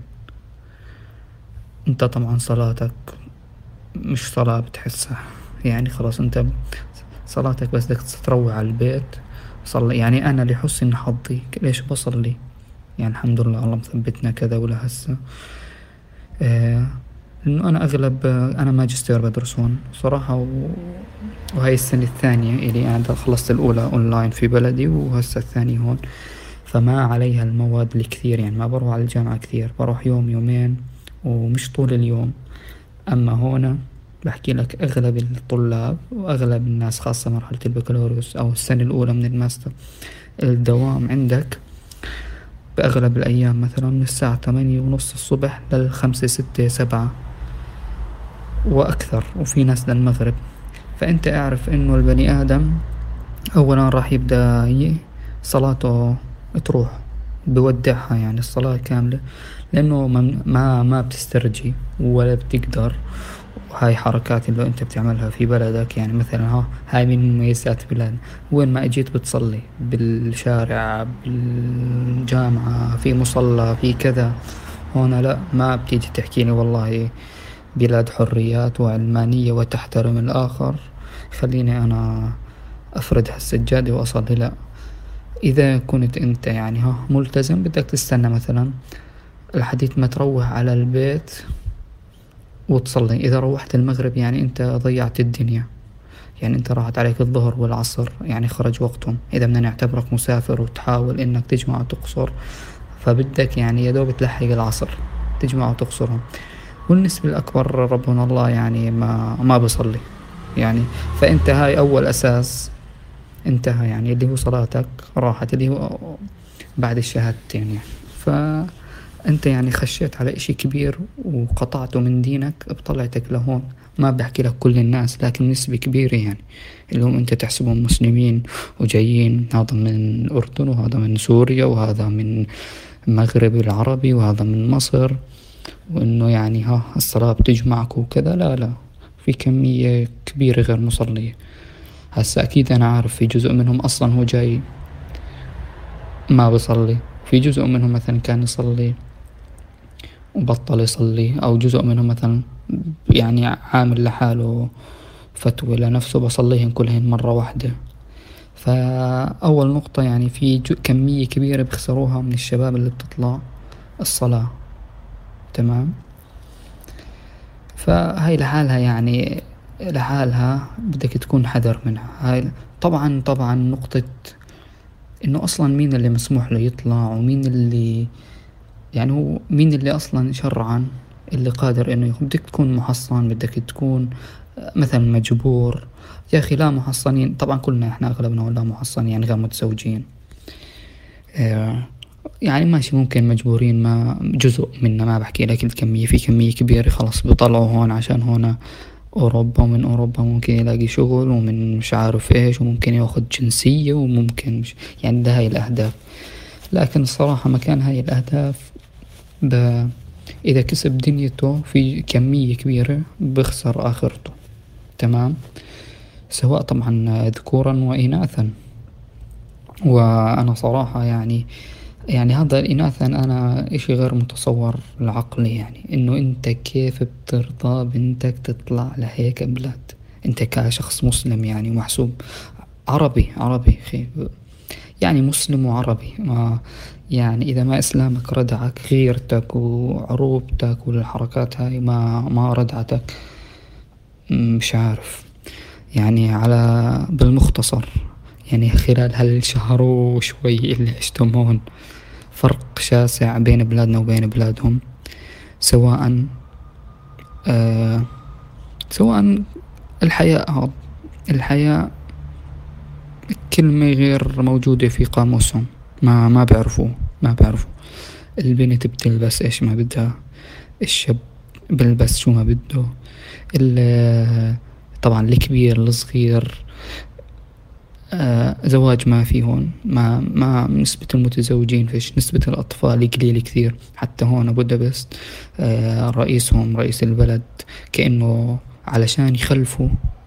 [SPEAKER 4] انت طبعا صلاتك مش صلاة بتحسها، يعني خلاص انت صلاتك بس بدك تروح على البيت صلي. يعني انا لحسن حظي ليش بصلي؟ يعني الحمد لله الله مثبتنا كذا ولا هسه، آه لأنه أنا أغلب أنا ماجستير بدرس هون صراحة، و... وهي السنة الثانية إلي أنا خلصت الأولى أونلاين في بلدي وهسه الثانية هون، فما عليها المواد الكثير، يعني ما بروح على الجامعة كثير، بروح يوم يومين ومش طول اليوم. أما هون بحكي لك أغلب الطلاب وأغلب الناس خاصة مرحلة البكالوريوس أو السنة الأولى من الماستر، الدوام عندك بأغلب الأيام مثلا من الساعة ثمانية ونص الصبح للخمسة ستة سبعة وأكثر، وفي ناس للمغرب. فأنت أعرف إنه البني آدم أولا راح يبدأ صلاته تروح بودعها، يعني الصلاة كاملة، لأنه ما ما بتسترجي ولا بتقدر. وهاي حركات اللي أنت بتعملها في بلدك، يعني مثلا ها هاي من مميزات بلاد، وين ما اجيت بتصلي بالشارع بالجامعة في مصلى في كذا. هنا لا، ما بتيجي تحكيني والله بلاد حريات وعلمانية وتحترم الآخر. خليني أنا أفرد هالسجادة وأصلي. لا، إذا كنت أنت يعني ها ملتزم بدك تستنى مثلا لحديت ما تروح على البيت وتصلي. إذا روحت المغرب يعني أنت ضيعت الدنيا، يعني أنت راحت عليك الظهر والعصر، يعني خرج وقتهم. إذا بدنا نعتبرك مسافر وتحاول إنك تجمع وتقصر، فبدك يعني يا دوب تلحق العصر تجمع وتقصرهم. والنسبة الأكبر ربنا الله يعني ما ما بصلي يعني، فأنت هاي أول أساس انتهى، يعني اللي هو صلاتك راحت، اللي هو بعد الشهادتين يعني. فأنت يعني خشيت على إشي كبير وقطعته من دينك بطلعتك لهون. ما بحكي لك كل الناس، لكن نسبة كبيرة يعني اللي هم أنت تحسبهم مسلمين وجايين، هذا من الأردن وهذا من سوريا وهذا من المغرب العربي وهذا من مصر، وإنه يعني ها الصلاة بتجمعك وكذا. لا لا، في كمية كبيرة غير مصلية. هسا أكيد أنا عارف في جزء منهم أصلا هو جاي ما بصلي، في جزء منهم مثلا كان يصلي وبطل يصلي، أو جزء منهم مثلا يعني عامل لحاله فتوى لنفسه بصليهن كلهن مرة واحدة. فأول نقطة يعني في كمية كبيرة بيخسروها من الشباب اللي بتطلع الصلاة، تمام. فهاي لحالها يعني لحالها بدك تكون حذر منها. هاي طبعا طبعا نقطة انه اصلا مين اللي مسموح له يطلع، ومين اللي يعني هو مين اللي اصلا شرعا اللي قادر انه يخرج. بدك تكون محصن، بدك تكون مثلا مجبور. يا اخي لا محصنين طبعا كلنا احنا اغلبنا ولا محصنين يعني غير متزوجين يعني ماشي، ممكن مجبورين، ما جزء منا، ما بحكي لك الكمية، في كمية كبيرة خلاص بيطلعوا هون عشان هون أوروبا، ومن أوروبا ممكن يلاقي شغل، ومن مش عارف إيش، وممكن يأخذ جنسية، وممكن مش يعني ده هاي الأهداف. لكن الصراحة مكان هاي الأهداف ب... إذا كسب دنيته في كمية كبيرة بخسر آخرته، تمام، سواء طبعا ذكورا وإناثا. وأنا صراحة يعني يعني هذا الإناثا أنا إشي غير متصور العقلي، يعني إنه أنت كيف بترضى بنتك تطلع لهيك بلاد؟ أنت كشخص مسلم يعني محسوب عربي عربي خي يعني مسلم وعربي، ما يعني إذا ما إسلامك ردعك، غيرتك وعروبتك والحركات هاي ما ما ردعتك، مش عارف يعني. على بالمختصر يعني خلال هالشهر وشوي اللي عشتهم هون فرق شاسع بين بلادنا وبين بلادهم، سواء آه سواء الحياء. هذا الحياء كلمة غير موجودة في قاموسهم، ما ما بيعرفوا ما بيعرفوا البنت بتلبس ايش ما بدها، الشاب بلبس شو ما بده، طبعا الكبير الصغير. آه زواج ما في هون، ما ما نسبة المتزوجين فيش، نسبة الأطفال قليل كثير. حتى هون أبو دبست آه رئيسهم رئيس البلد كأنه علشان يخلفوا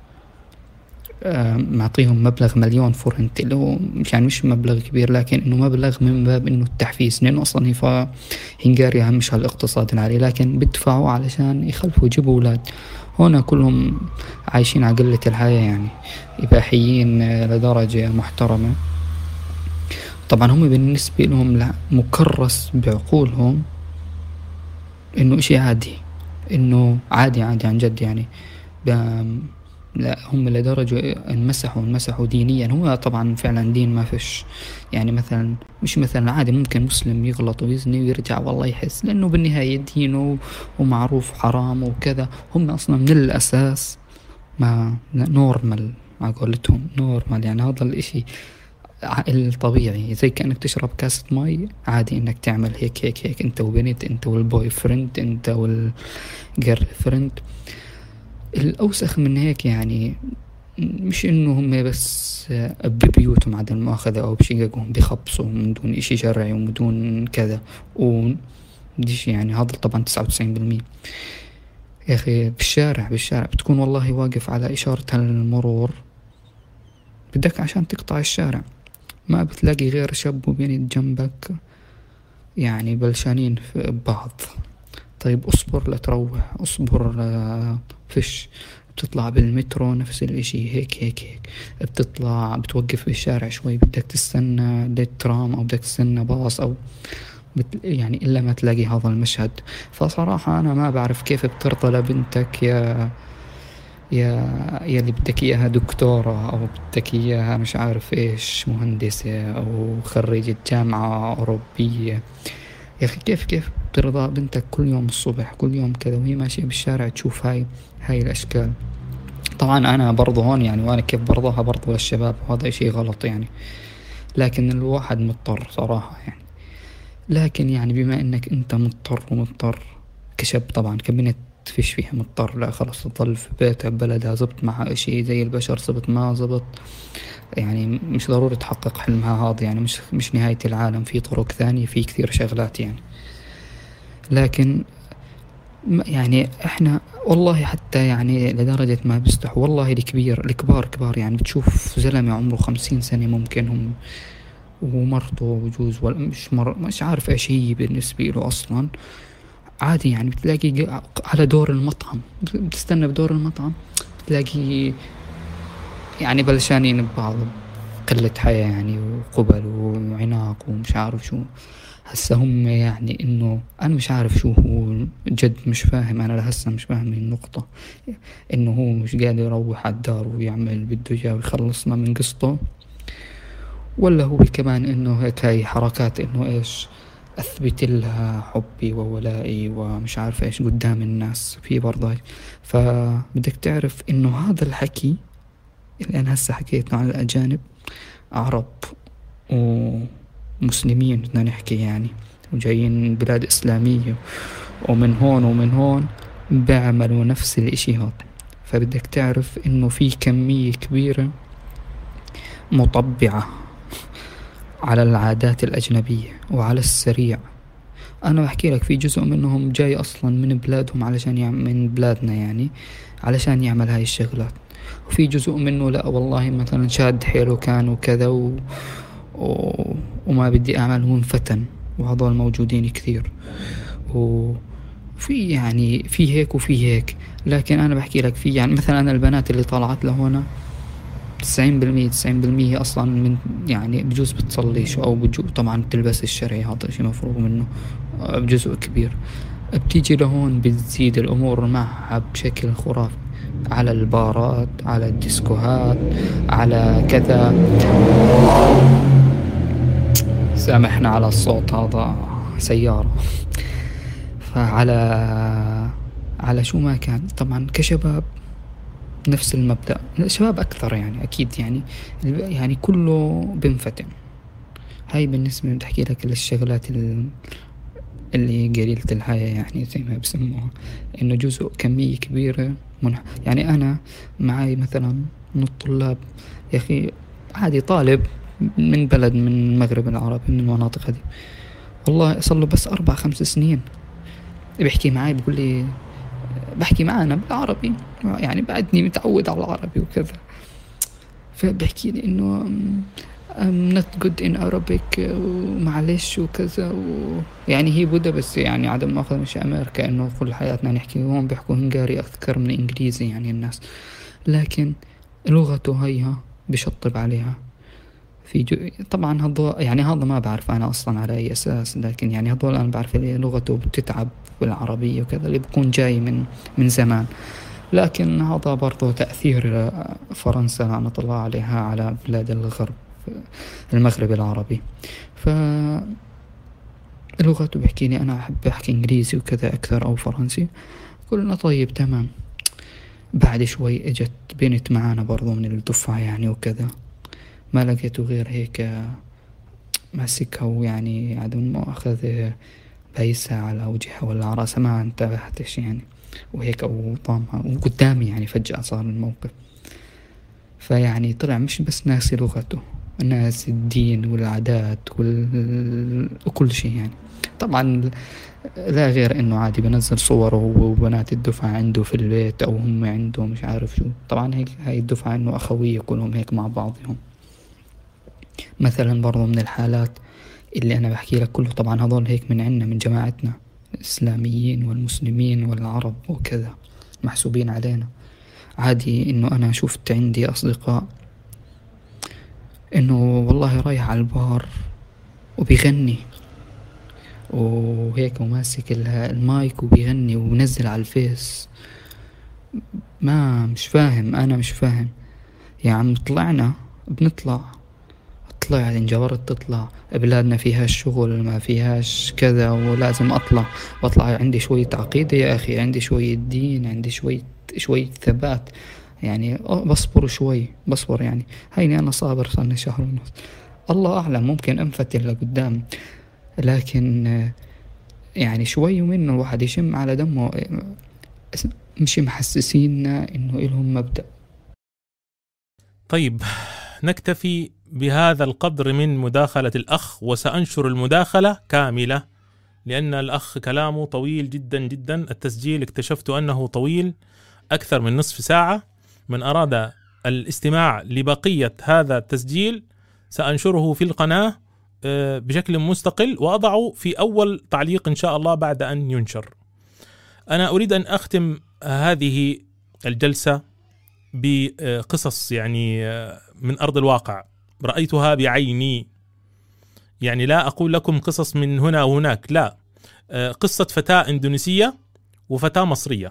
[SPEAKER 4] آه معطيهم مبلغ مليون فورنت، اللي هو يعني مش مبلغ كبير، لكن إنه مبلغ من باب إنه التحفيز، لأنه أصلا هي هنغاريا مش هالاقتصاد العالي، لكن بدفعوا علشان يخلفوا يجيبوا أولاد. هنا كلهم عايشين على قلة الحياة، يعني إباحيين لدرجة محترمة. طبعا هم بالنسبة لهم مكرس بعقولهم إنه إشي عادي، إنه عادي عادي عن جد يعني. لا هم لدرجة انمسحوا انمسحوا دينيا. هو طبعا فعلا دين ما فيش يعني، مثلا مش مثلا عادي ممكن مسلم يغلط ويزني ويرجع والله يحس، لأنه بالنهاية دينه ومعروف حرام وكذا. هم أصلا من الأساس ما نورمال على قولتهم، نورمال يعني هذا الإشي الطبيعي، زي كأنك تشرب كاسة مي عادي إنك تعمل هيك هيك هيك أنت وبنت، أنت والبوي فريند، أنت والجيرل فريند. الأوسخ من هيك يعني مش إنه هم بس ببيوتهم عدم المؤاخذة أو بشققهم بخبصوا من دون إشي شرعي ومن دون كذا وديش يعني، هذا طبعا تسعة وتسعين بالمية. يا أخي بالشارع بالشارع بتكون والله واقف على إشارة المرور، بدك عشان تقطع الشارع ما بتلاقي غير شاب وبنت جنبك يعني بلشانين في بعض. طيب اصبر لتروح، اصبر فيش بتطلع بالمترو نفس الاشي، هيك هيك هيك بتطلع بتوقف بالشارع شوي بدك تستنى للترام او بدك تستنى باص او بت يعني إلا ما تلاقي هذا المشهد. فصراحة أنا ما بعرف كيف بترضى لبنتك يا يا يا اللي بدك إياها دكتورة أو بدك إياها مش عارف إيش مهندسة أو خريجة جامعة أوروبية. يا أخي كيف كيف بترضى بنتك كل يوم الصبح كل يوم كذا وهي ماشية بالشارع تشوف هاي هاي الأشكال؟ طبعا أنا برضو هون يعني وأنا كيف برضاها برضو للشباب، وهذا إشي غلط يعني، لكن الواحد مضطر صراحة يعني. لكن يعني بما انك انت مضطر ومضطر كشاب طبعا، كبنت فيش فيها مضطر، لا خلاص تضل في بيتها ببلدها، زبط معها اشي زي البشر، زبط ما زبط يعني مش ضروري تحقق حلمها هذا يعني، مش مش نهاية العالم، في طرق ثانية، في كثير شغلات يعني. لكن يعني احنا والله حتى يعني لدرجة ما بيستحوا والله الكبير الكبار كبار يعني، بتشوف زلمة عمره خمسين سنة ممكن هم ومرته وجوز ولا مش مر مش عارف ايش هي بالنسبة له اصلا، عادي يعني بتلاقي على دور المطعم، بتستنى بدور المطعم بتلاقي يعني بلشانين ببعض، قلة حياة يعني وقبل وعناق ومش عارف شو. هسا هم يعني انه انا مش عارف شو هو جد، مش فاهم انا لهسا مش فاهم النقطة، انه هو مش قادر يروح على الدار ويعمل بده اياه ويخلصنا من قصته، ولا هو كمان انه هيك هاي حركات انه ايش اثبت لها حبي وولائي ومش عارف ايش قدام الناس في برضه. فبدك تعرف انه هذا الحكي اللي انا هسه حكيته عن الاجانب، عرب ومسلمين بدنا نحكي يعني، وجايين من بلاد اسلامية ومن هون ومن هون بيعملوا نفس الاشي هذا. فبدك تعرف انه في كمية كبيرة مطبعة على العادات الأجنبية وعلى السريع. أنا بحكي لك في جزء منهم جاي أصلا من بلادهم علشان يعمل من بلادنا يعني علشان يعمل هاي الشغلات، وفي جزء منه لا والله مثلا شاد حيله كان وكذا و... و... وما بدي أعمل وانفتن، وهذول موجودين كثير، وفي يعني في هيك وفي هيك. لكن أنا بحكي لك في يعني مثلا أنا البنات اللي طلعت لهنا تسعين بالمية تسعين بالمية أصلا من يعني بجوز بتصليش أو بجوز طبعا بتلبس الشرعي، هذا شيء مفروغ منه بجزء كبير. بتيجي لهون بتزيد الأمور معها بشكل خرافي، على البارات، على الديسكوهات، على كذا. سامحنا على الصوت هذا سيارة. فعلى على شو ما كان طبعا كشباب نفس المبدأ، الشباب أكثر يعني أكيد يعني يعني كله بنفتن. هاي بالنسبة بتحكي لك للشغلات اللي قليلة الحياة يعني زي ما بسموها، إنه جزء كمية كبيرة منح. يعني أنا معي مثلا من الطلاب يا أخي عادي طالب من بلد من المغرب العربي من المناطق هذه، والله صار له بس أربع خمس سنين بيحكي معي بيقول لي بحكي معنا بالعربي يعني بعدني متعود على العربي وكذا، فبحكي لي إنه I'm not good in Arabic ومعلش وكذا و... يعني هي بودا بس يعني عدم ماخذ مش أمريكا إنه كل حياتنا نحكي هون بيحكوا هنغاري أكثر من إنجليزي يعني الناس، لكن لغته هيها بشطب عليها في جو... طبعا هذا يعني هذا ما بعرف أنا أصلا على أي أساس، لكن يعني هذول أنا بعرف اللي لغته بتتعب بالعربية وكذا اللي بكون جاي من من زمان. لكن هذا برضو تأثير فرنسا لعنة الله عليها على بلاد الغرب المغرب العربي. ف لغته بحكي لي أنا أحب أحكي إنجليزي وكذا أكثر أو فرنسي، قلنا طيب تمام. بعد شوي اجت بنت معانا برضو من الدفعة يعني وكذا، ما لقيته غير هيك ماسكها ويعني عدم مؤاخذة بايسها على وجهها ولا على راسها، ما انتبهتش يعني وهيك أو طامها وقدامي يعني فجأة صار الموقف. فيعني طلع مش بس ناسي لغته، ناس الدين والعادات وال... وكل شيء يعني. طبعا لا غير انه عادي بنزل صوره وبنات الدفعة عنده في البيت او هم عنده مش عارف شو. طبعا هيك هاي الدفعة انه اخوية كلهم هيك مع بعضهم. مثلا برضو من الحالات اللي انا بحكي لك كله طبعا هذول هيك من عنا من جماعتنا الاسلاميين والمسلمين والعرب وكذا محسوبين علينا. عادي إنه أنا شفت عندي أصدقاء إنه والله رايح على البار وبيغني وهيك وماسك المايك وبيغني وبنزل على الفيس. ما مش فاهم، أنا مش فاهم يا عم. طلعنا بنطلع، طلع انجبرت تطلع، بلادنا فيها شغل ما فيهاش كذا ولازم أطلع وأطلع. عندي شوية عقيدة يا أخي، عندي شوية دين، عندي شوية شوية ثبات يعني. بصبر شوي بصبر يعني. هيني أنا صابر صار لي شهر ونص، الله أعلم ممكن أنفتل لقدام، لكن يعني شوي منه الواحد يشم على دمه. مش محسسيننا إنه إلهم مبدأ.
[SPEAKER 1] طيب نكتفي بهذا القدر من مداخلة الأخ، وسأنشر المداخلة كاملة لأن الأخ كلامه طويل جدا جدا. التسجيل اكتشفت أنه طويل أكثر من نصف ساعة. من أراد الاستماع لبقية هذا التسجيل سأنشره في القناة بشكل مستقل وأضعه في أول تعليق إن شاء الله بعد أن ينشر. أنا أريد أن أختم هذه الجلسة بقصص يعني من أرض الواقع رأيتها بعيني. يعني لا أقول لكم قصص من هنا وهناك، لا، قصة فتاة إندونيسية وفتاة مصرية.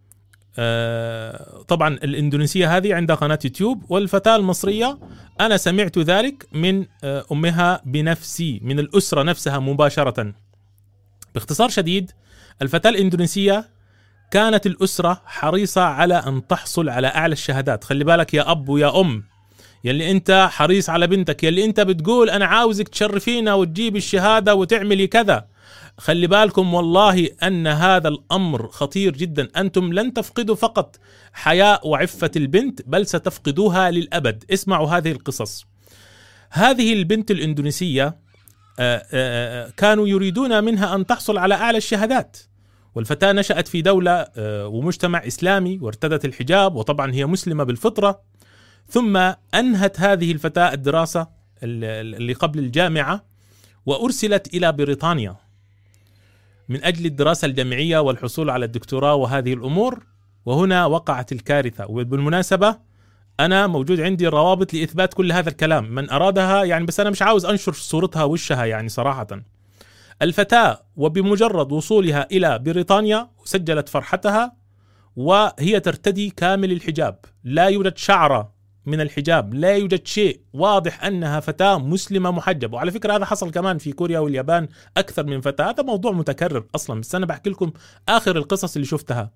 [SPEAKER 1] طبعا الإندونيسية هذه عندها قناة يوتيوب، والفتاة المصرية أنا سمعت ذلك من أمها بنفسي، من الأسرة نفسها مباشرة. باختصار شديد، الفتاة الإندونيسية كانت الأسرة حريصة على أن تحصل على أعلى الشهادات. خلي بالك يا أب ويا أم، يلي أنت حريص على بنتك، يلي أنت بتقول أنا عاوزك تشرفينا وتجيب الشهادة وتعملي كذا، خلي بالكم والله أن هذا الأمر خطير جدا. أنتم لن تفقدوا فقط حياء وعفة البنت، بل ستفقدوها للأبد. اسمعوا هذه القصص. هذه البنت الإندونيسية كانوا يريدون منها أن تحصل على أعلى الشهادات، والفتاة نشأت في دولة ومجتمع إسلامي وارتدت الحجاب، وطبعا هي مسلمة بالفطرة. ثم أنهت هذه الفتاة الدراسة اللي قبل الجامعة وأرسلت إلى بريطانيا من أجل الدراسة الجامعية والحصول على الدكتوراه وهذه الأمور. وهنا وقعت الكارثة. وبالمناسبة أنا موجود عندي روابط لإثبات كل هذا الكلام، من أرادها يعني، بس أنا مش عاوز أنشر صورتها وشها يعني صراحة. الفتاة وبمجرد وصولها إلى بريطانيا سجلت فرحتها وهي ترتدي كامل الحجاب، لا يوجد شعرة من الحجاب، لا يوجد شيء، واضح أنها فتاة مسلمة محجبة. وعلى فكرة هذا حصل كمان في كوريا واليابان أكثر من فتاة، هذا موضوع متكرر أصلا، بس أنا بحكي لكم آخر القصص اللي شفتها.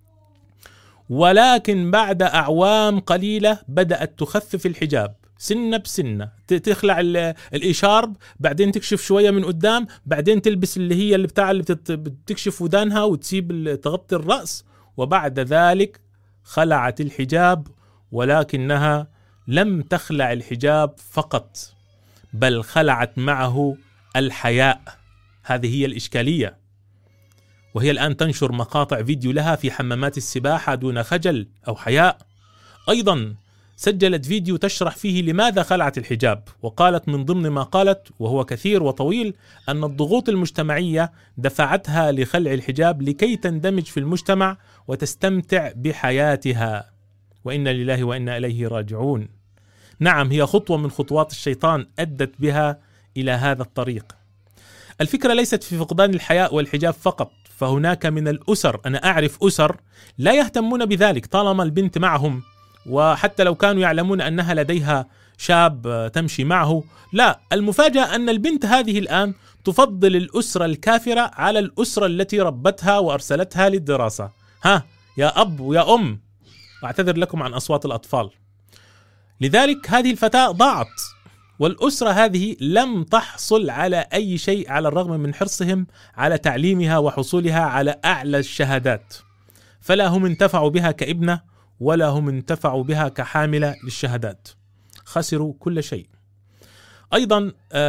[SPEAKER 1] ولكن بعد أعوام قليلة بدأت تخفف الحجاب سنة بسنة، تخلع الإشارب، بعدين تكشف شوية من قدام، بعدين تلبس اللي هي اللي بتاع اللي بتكشف ودانها وتسيب تغطي الرأس، وبعد ذلك خلعت الحجاب. ولكنها لم تخلع الحجاب فقط، بل خلعت معه الحياء. هذه هي الإشكالية. وهي الآن تنشر مقاطع فيديو لها في حمامات السباحة دون خجل أو حياء. أيضا سجلت فيديو تشرح فيه لماذا خلعت الحجاب، وقالت من ضمن ما قالت وهو كثير وطويل أن الضغوط المجتمعية دفعتها لخلع الحجاب لكي تندمج في المجتمع وتستمتع بحياتها. وإنا لله وإنا إليه راجعون. نعم، هي خطوة من خطوات الشيطان أدت بها إلى هذا الطريق. الفكرة ليست في فقدان الحياء والحجاب فقط، فهناك من الأسر، أنا أعرف أسر لا يهتمون بذلك طالما البنت معهم، وحتى لو كانوا يعلمون أنها لديها شاب تمشي معه. لا، المفاجأة أن البنت هذه الآن تفضل الأسرة الكافرة على الأسرة التي ربتها وأرسلتها للدراسة. ها يا أب ويا أم، أعتذر لكم عن أصوات الأطفال. لذلك هذه الفتاة ضاعت، والأسرة هذه لم تحصل على أي شيء على الرغم من حرصهم على تعليمها وحصولها على أعلى الشهادات. فلا هم انتفعوا بها كابنة ولا هم انتفعوا بها كحاملة للشهادات، خسروا كل شيء. أيضا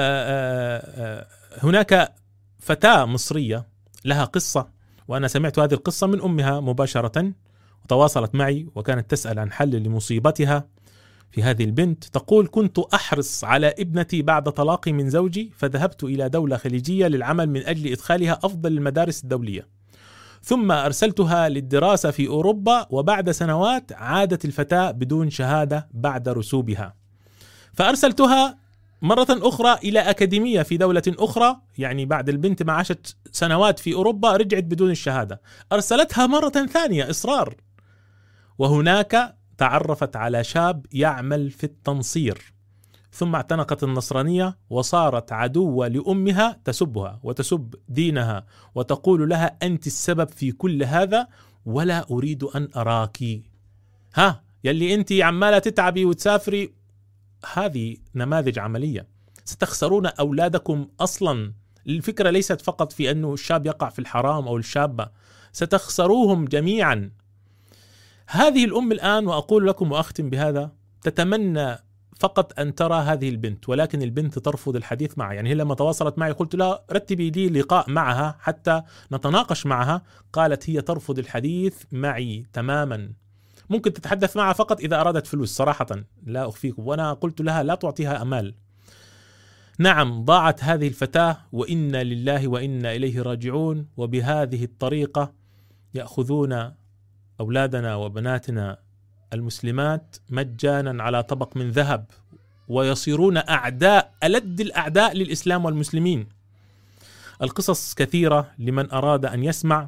[SPEAKER 1] هناك فتاة مصرية لها قصة، وأنا سمعت هذه القصة من أمها مباشرة، وتواصلت معي وكانت تسأل عن حل لمصيبتها في هذه البنت. تقول: كنت أحرص على ابنتي بعد طلاقي من زوجي، فذهبت إلى دولة خليجية للعمل من أجل إدخالها أفضل المدارس الدولية، ثم أرسلتها للدراسة في أوروبا، وبعد سنوات عادت الفتاة بدون شهادة بعد رسوبها، فأرسلتها مرة أخرى إلى أكاديمية في دولة أخرى، يعني بعد البنت ما عاشت سنوات في أوروبا رجعت بدون الشهادة، أرسلتها مرة ثانية إصرار، وهناك تعرفت على شاب يعمل في التنصير، ثم اعتنقت النصرانية وصارت عدوة لأمها، تسبها وتسب دينها وتقول لها أنت السبب في كل هذا ولا أريد أن أراك، ها يلي أنت عمالة تتعبي وتسافري. هذه نماذج عملية. ستخسرون أولادكم أصلا. الفكرة ليست فقط في أنه الشاب يقع في الحرام أو الشابة، ستخسروهم جميعا. هذه الأم الآن، وأقول لكم وأختم بهذا، تتمنى فقط أن ترى هذه البنت، ولكن البنت ترفض الحديث معها. يعني هي لما تواصلت معي قلت لها رتبي لي لقاء معها حتى نتناقش معها، قالت هي ترفض الحديث معي تماما. ممكن تتحدث معها فقط إذا أرادت فلوس، صراحة لا أخفيكم، وأنا قلت لها لا تعطيها أمال. نعم، ضاعت هذه الفتاة، وإنا لله وإنا إليه راجعون. وبهذه الطريقة يأخذون أولادنا وبناتنا المسلمات مجانا على طبق من ذهب، ويصيرون أعداء، ألد الأعداء للإسلام والمسلمين. القصص كثيرة لمن أراد أن يسمع،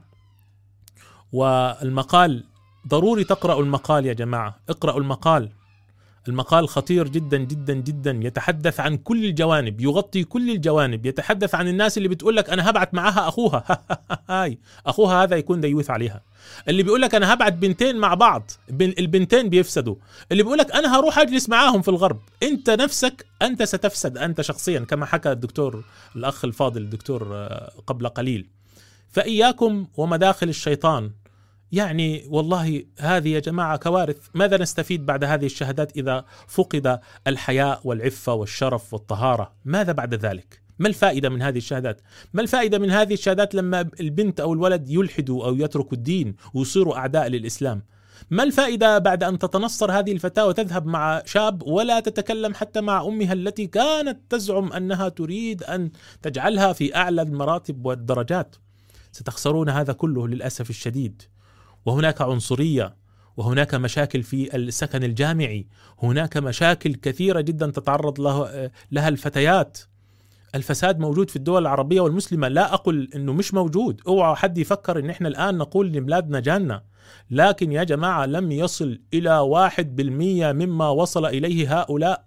[SPEAKER 1] والمقال ضروري تقرأوا المقال يا جماعة، اقرأوا المقال. المقال خطير جدا جدا جدا، يتحدث عن كل الجوانب، يغطي كل الجوانب، يتحدث عن الناس اللي بتقول لك أنا هبعت معها أخوها هاي أخوها هذا يكون ديوث عليها، اللي بيقول لك أنا هبعت بنتين مع بعض، البنتين بيفسدوا، اللي بيقول لك أنا هروح أجلس معاهم في الغرب، أنت نفسك أنت ستفسد أنت شخصيا، كما حكى الدكتور الأخ الفاضل الدكتور قبل قليل. فإياكم ومداخل الشيطان. يعني والله هذه يا جماعة كوارث. ماذا نستفيد بعد هذه الشهادات إذا فقد الحياء والعفة والشرف والطهارة؟ ماذا بعد ذلك؟ ما الفائدة من هذه الشهادات؟ ما الفائدة من هذه الشهادات لما البنت أو الولد يلحدوا أو يتركوا الدين ويصيروا أعداء للإسلام؟ ما الفائدة بعد أن تتنصر هذه الفتاة وتذهب مع شاب ولا تتكلم حتى مع أمها التي كانت تزعم أنها تريد أن تجعلها في أعلى المراتب والدرجات؟ ستخسرون هذا كله للأسف الشديد. وهناك عنصرية، وهناك مشاكل في السكن الجامعي، هناك مشاكل كثيرة جدا تتعرض له لها الفتيات. الفساد موجود في الدول العربية والمسلمة، لا أقول أنه مش موجود، اوعى حد يفكر أن احنا الآن نقول لبلادنا جنة، لكن يا جماعة لم يصل إلى واحد بالمية مما وصل إليه هؤلاء.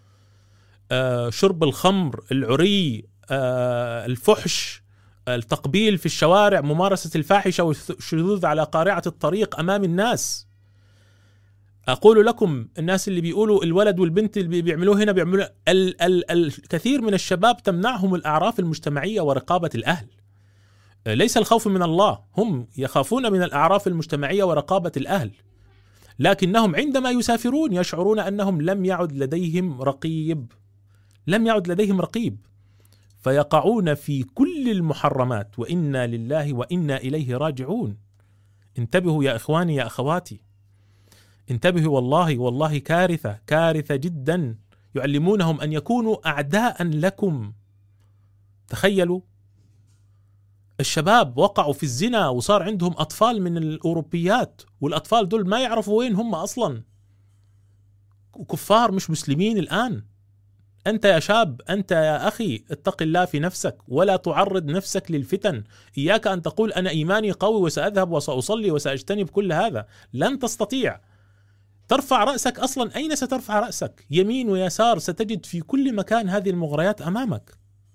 [SPEAKER 1] آه شرب الخمر، العري، آه الفحش، التقبيل في الشوارع، ممارسة الفاحشة والشذوذ على قارعة الطريق أمام الناس. أقول لكم الناس اللي بيقولوا الولد والبنت اللي بيعملوه هنا بيعملوا ال ال الكثير من الشباب تمنعهم الأعراف المجتمعية ورقابة الأهل. ليس الخوف من الله، هم يخافون من الأعراف المجتمعية ورقابة الأهل، لكنهم عندما يسافرون يشعرون أنهم لم يعد لديهم رقيب، لم يعد لديهم رقيب، فيقعون في كل المحرمات. وإنا لله وإنا إليه راجعون. انتبهوا يا إخواني يا أخواتي، انتبهوا، والله والله كارثة كارثة جدا. يعلمونهم أن يكونوا أعداء لكم. تخيلوا الشباب وقعوا في الزنا وصار عندهم أطفال من الأوروبيات، والأطفال دول ما يعرفوا وين هم أصلا، كفار مش مسلمين الآن. أنت يا شاب، أنت يا أخي، اتق الله في نفسك ولا تعرض نفسك للفتن. إياك أن تقول أنا إيماني قوي وسأذهب وسأصلي وسأجتنب كل هذا، لن تستطيع. ترفع رأسك أصلا، أين سترفع رأسك؟ يمين ويسار، ستجد في كل مكان هذه المغريات أمامك.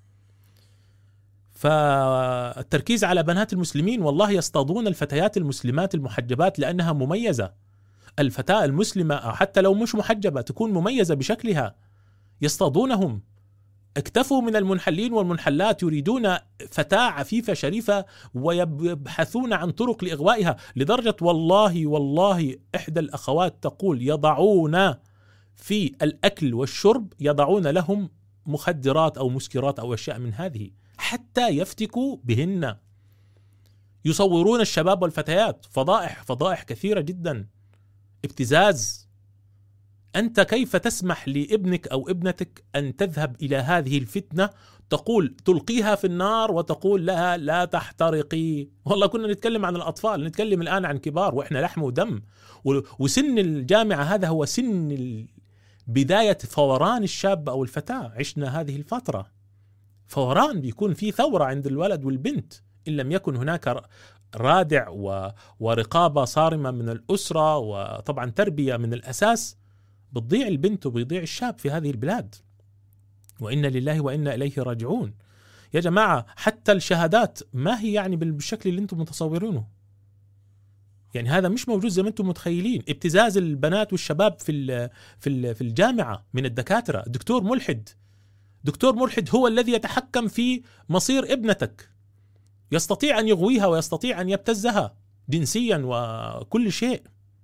[SPEAKER 1] فالتركيز على بنات المسلمين، والله يصطادون الفتيات المسلمات المحجبات لأنها مميزة. الفتاة المسلمة حتى لو مش محجبة تكون مميزة بشكلها، يصطادونهم. اكتفوا من المنحلين والمنحلات، يريدون فتاة عفيفة شريفة ويبحثون عن طرق لإغوائها، لدرجة والله والله إحدى الأخوات تقول يضعون في الأكل والشرب، يضعون لهم مخدرات أو مسكرات أو أشياء من هذه حتى يفتكوا بهن. يصورون الشباب والفتيات، فضائح فضائح كثيرة جدا، ابتزاز. أنت كيف تسمح لابنك أو ابنتك أن تذهب إلى هذه الفتنة، تقول تلقيها في النار وتقول لها لا تحترقي؟ والله كنا نتكلم عن الأطفال، نتكلم الآن عن كبار وإحنا لحم ودم. وسن الجامعة هذا هو سن بداية فوران الشاب أو الفتاة. عشنا هذه الفترة فوران، بيكون في ثورة عند الولد والبنت إن لم يكن هناك رادع ورقابة صارمة من الأسرة وطبعا تربية من الأساس، بتضيع البنت وبيضيع الشاب في هذه البلاد. وإنا لله وإنا إليه راجعون. يا جماعة حتى الشهادات ما هي يعني بالشكل اللي انتم متصورينه، يعني هذا مش موجود زي ما انتم متخيلين. ابتزاز البنات والشباب في في في الجامعة من الدكاترة. دكتور ملحد، دكتور ملحد هو الذي يتحكم في مصير ابنتك، يستطيع أن يغويها ويستطيع أن يبتزها جنسيا وكل شيء.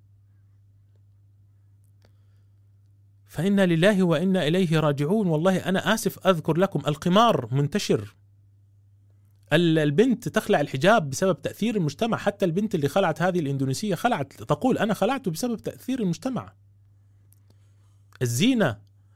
[SPEAKER 1] فإنا لله وإنا إليه راجعون. والله أنا آسف أذكر لكم القمار منتشر، البنت تخلع الحجاب بسبب تأثير المجتمع. حتى البنت اللي خلعت هذه الإندونيسية خلعت تقول أنا خلعته بسبب تأثير المجتمع. الزينة،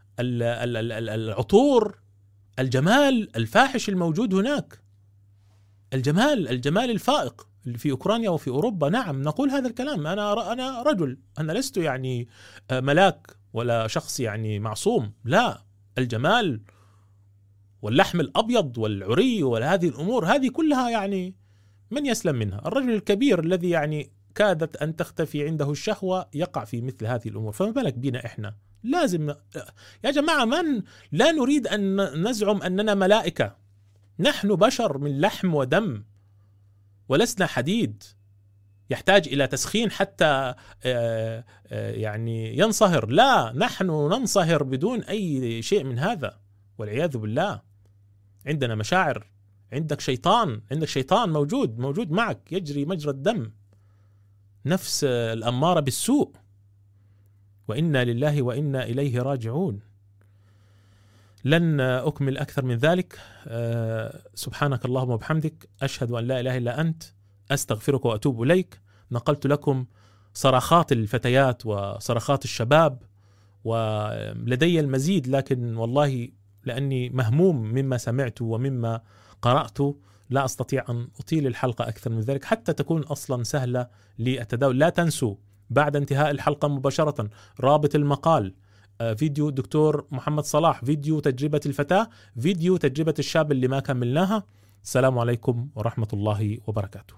[SPEAKER 1] العطور، الجمال الفاحش الموجود هناك، الجمال الجمال الفائق اللي في أوكرانيا وفي أوروبا. نعم نقول هذا الكلام. أنا أنا رجل، أنا لست يعني ملاك ولا شخص يعني معصوم، لا. الجمال واللحم الأبيض والعري وهذه الأمور هذه كلها يعني من يسلم منها؟ الرجل الكبير الذي يعني كادت أن تختفي عنده الشهوة يقع في مثل هذه الأمور، فما بالك بنا إحنا؟ لازم يا جماعة من لا نريد أن نزعم أننا ملائكة، نحن بشر من لحم ودم ولسنا حديد يحتاج إلى تسخين حتى يعني ينصهر. لا، نحن ننصهر بدون أي شيء من هذا والعياذ بالله. عندنا مشاعر، عندك شيطان، عندك شيطان موجود موجود معك يجري مجرى الدم، نفس الأمارة بالسوء. وإنا لله وإنا إليه راجعون. لن أكمل أكثر من ذلك. أه سبحانك اللهم وبحمدك، أشهد أن لا إله إلا أنت، أستغفرك وأتوب إليك. نقلت لكم صرخات الفتيات وصرخات الشباب، ولدي المزيد، لكن والله لأني مهموم مما سمعت ومما قرأت لا أستطيع أن أطيل الحلقة أكثر من ذلك حتى تكون أصلا سهلة للتداول. لا تنسوا بعد انتهاء الحلقة مباشرة رابط المقال، فيديو دكتور محمد صلاح، فيديو تجربة الفتاة، فيديو تجربة الشاب اللي ما كملناها. السلام عليكم ورحمة الله وبركاته.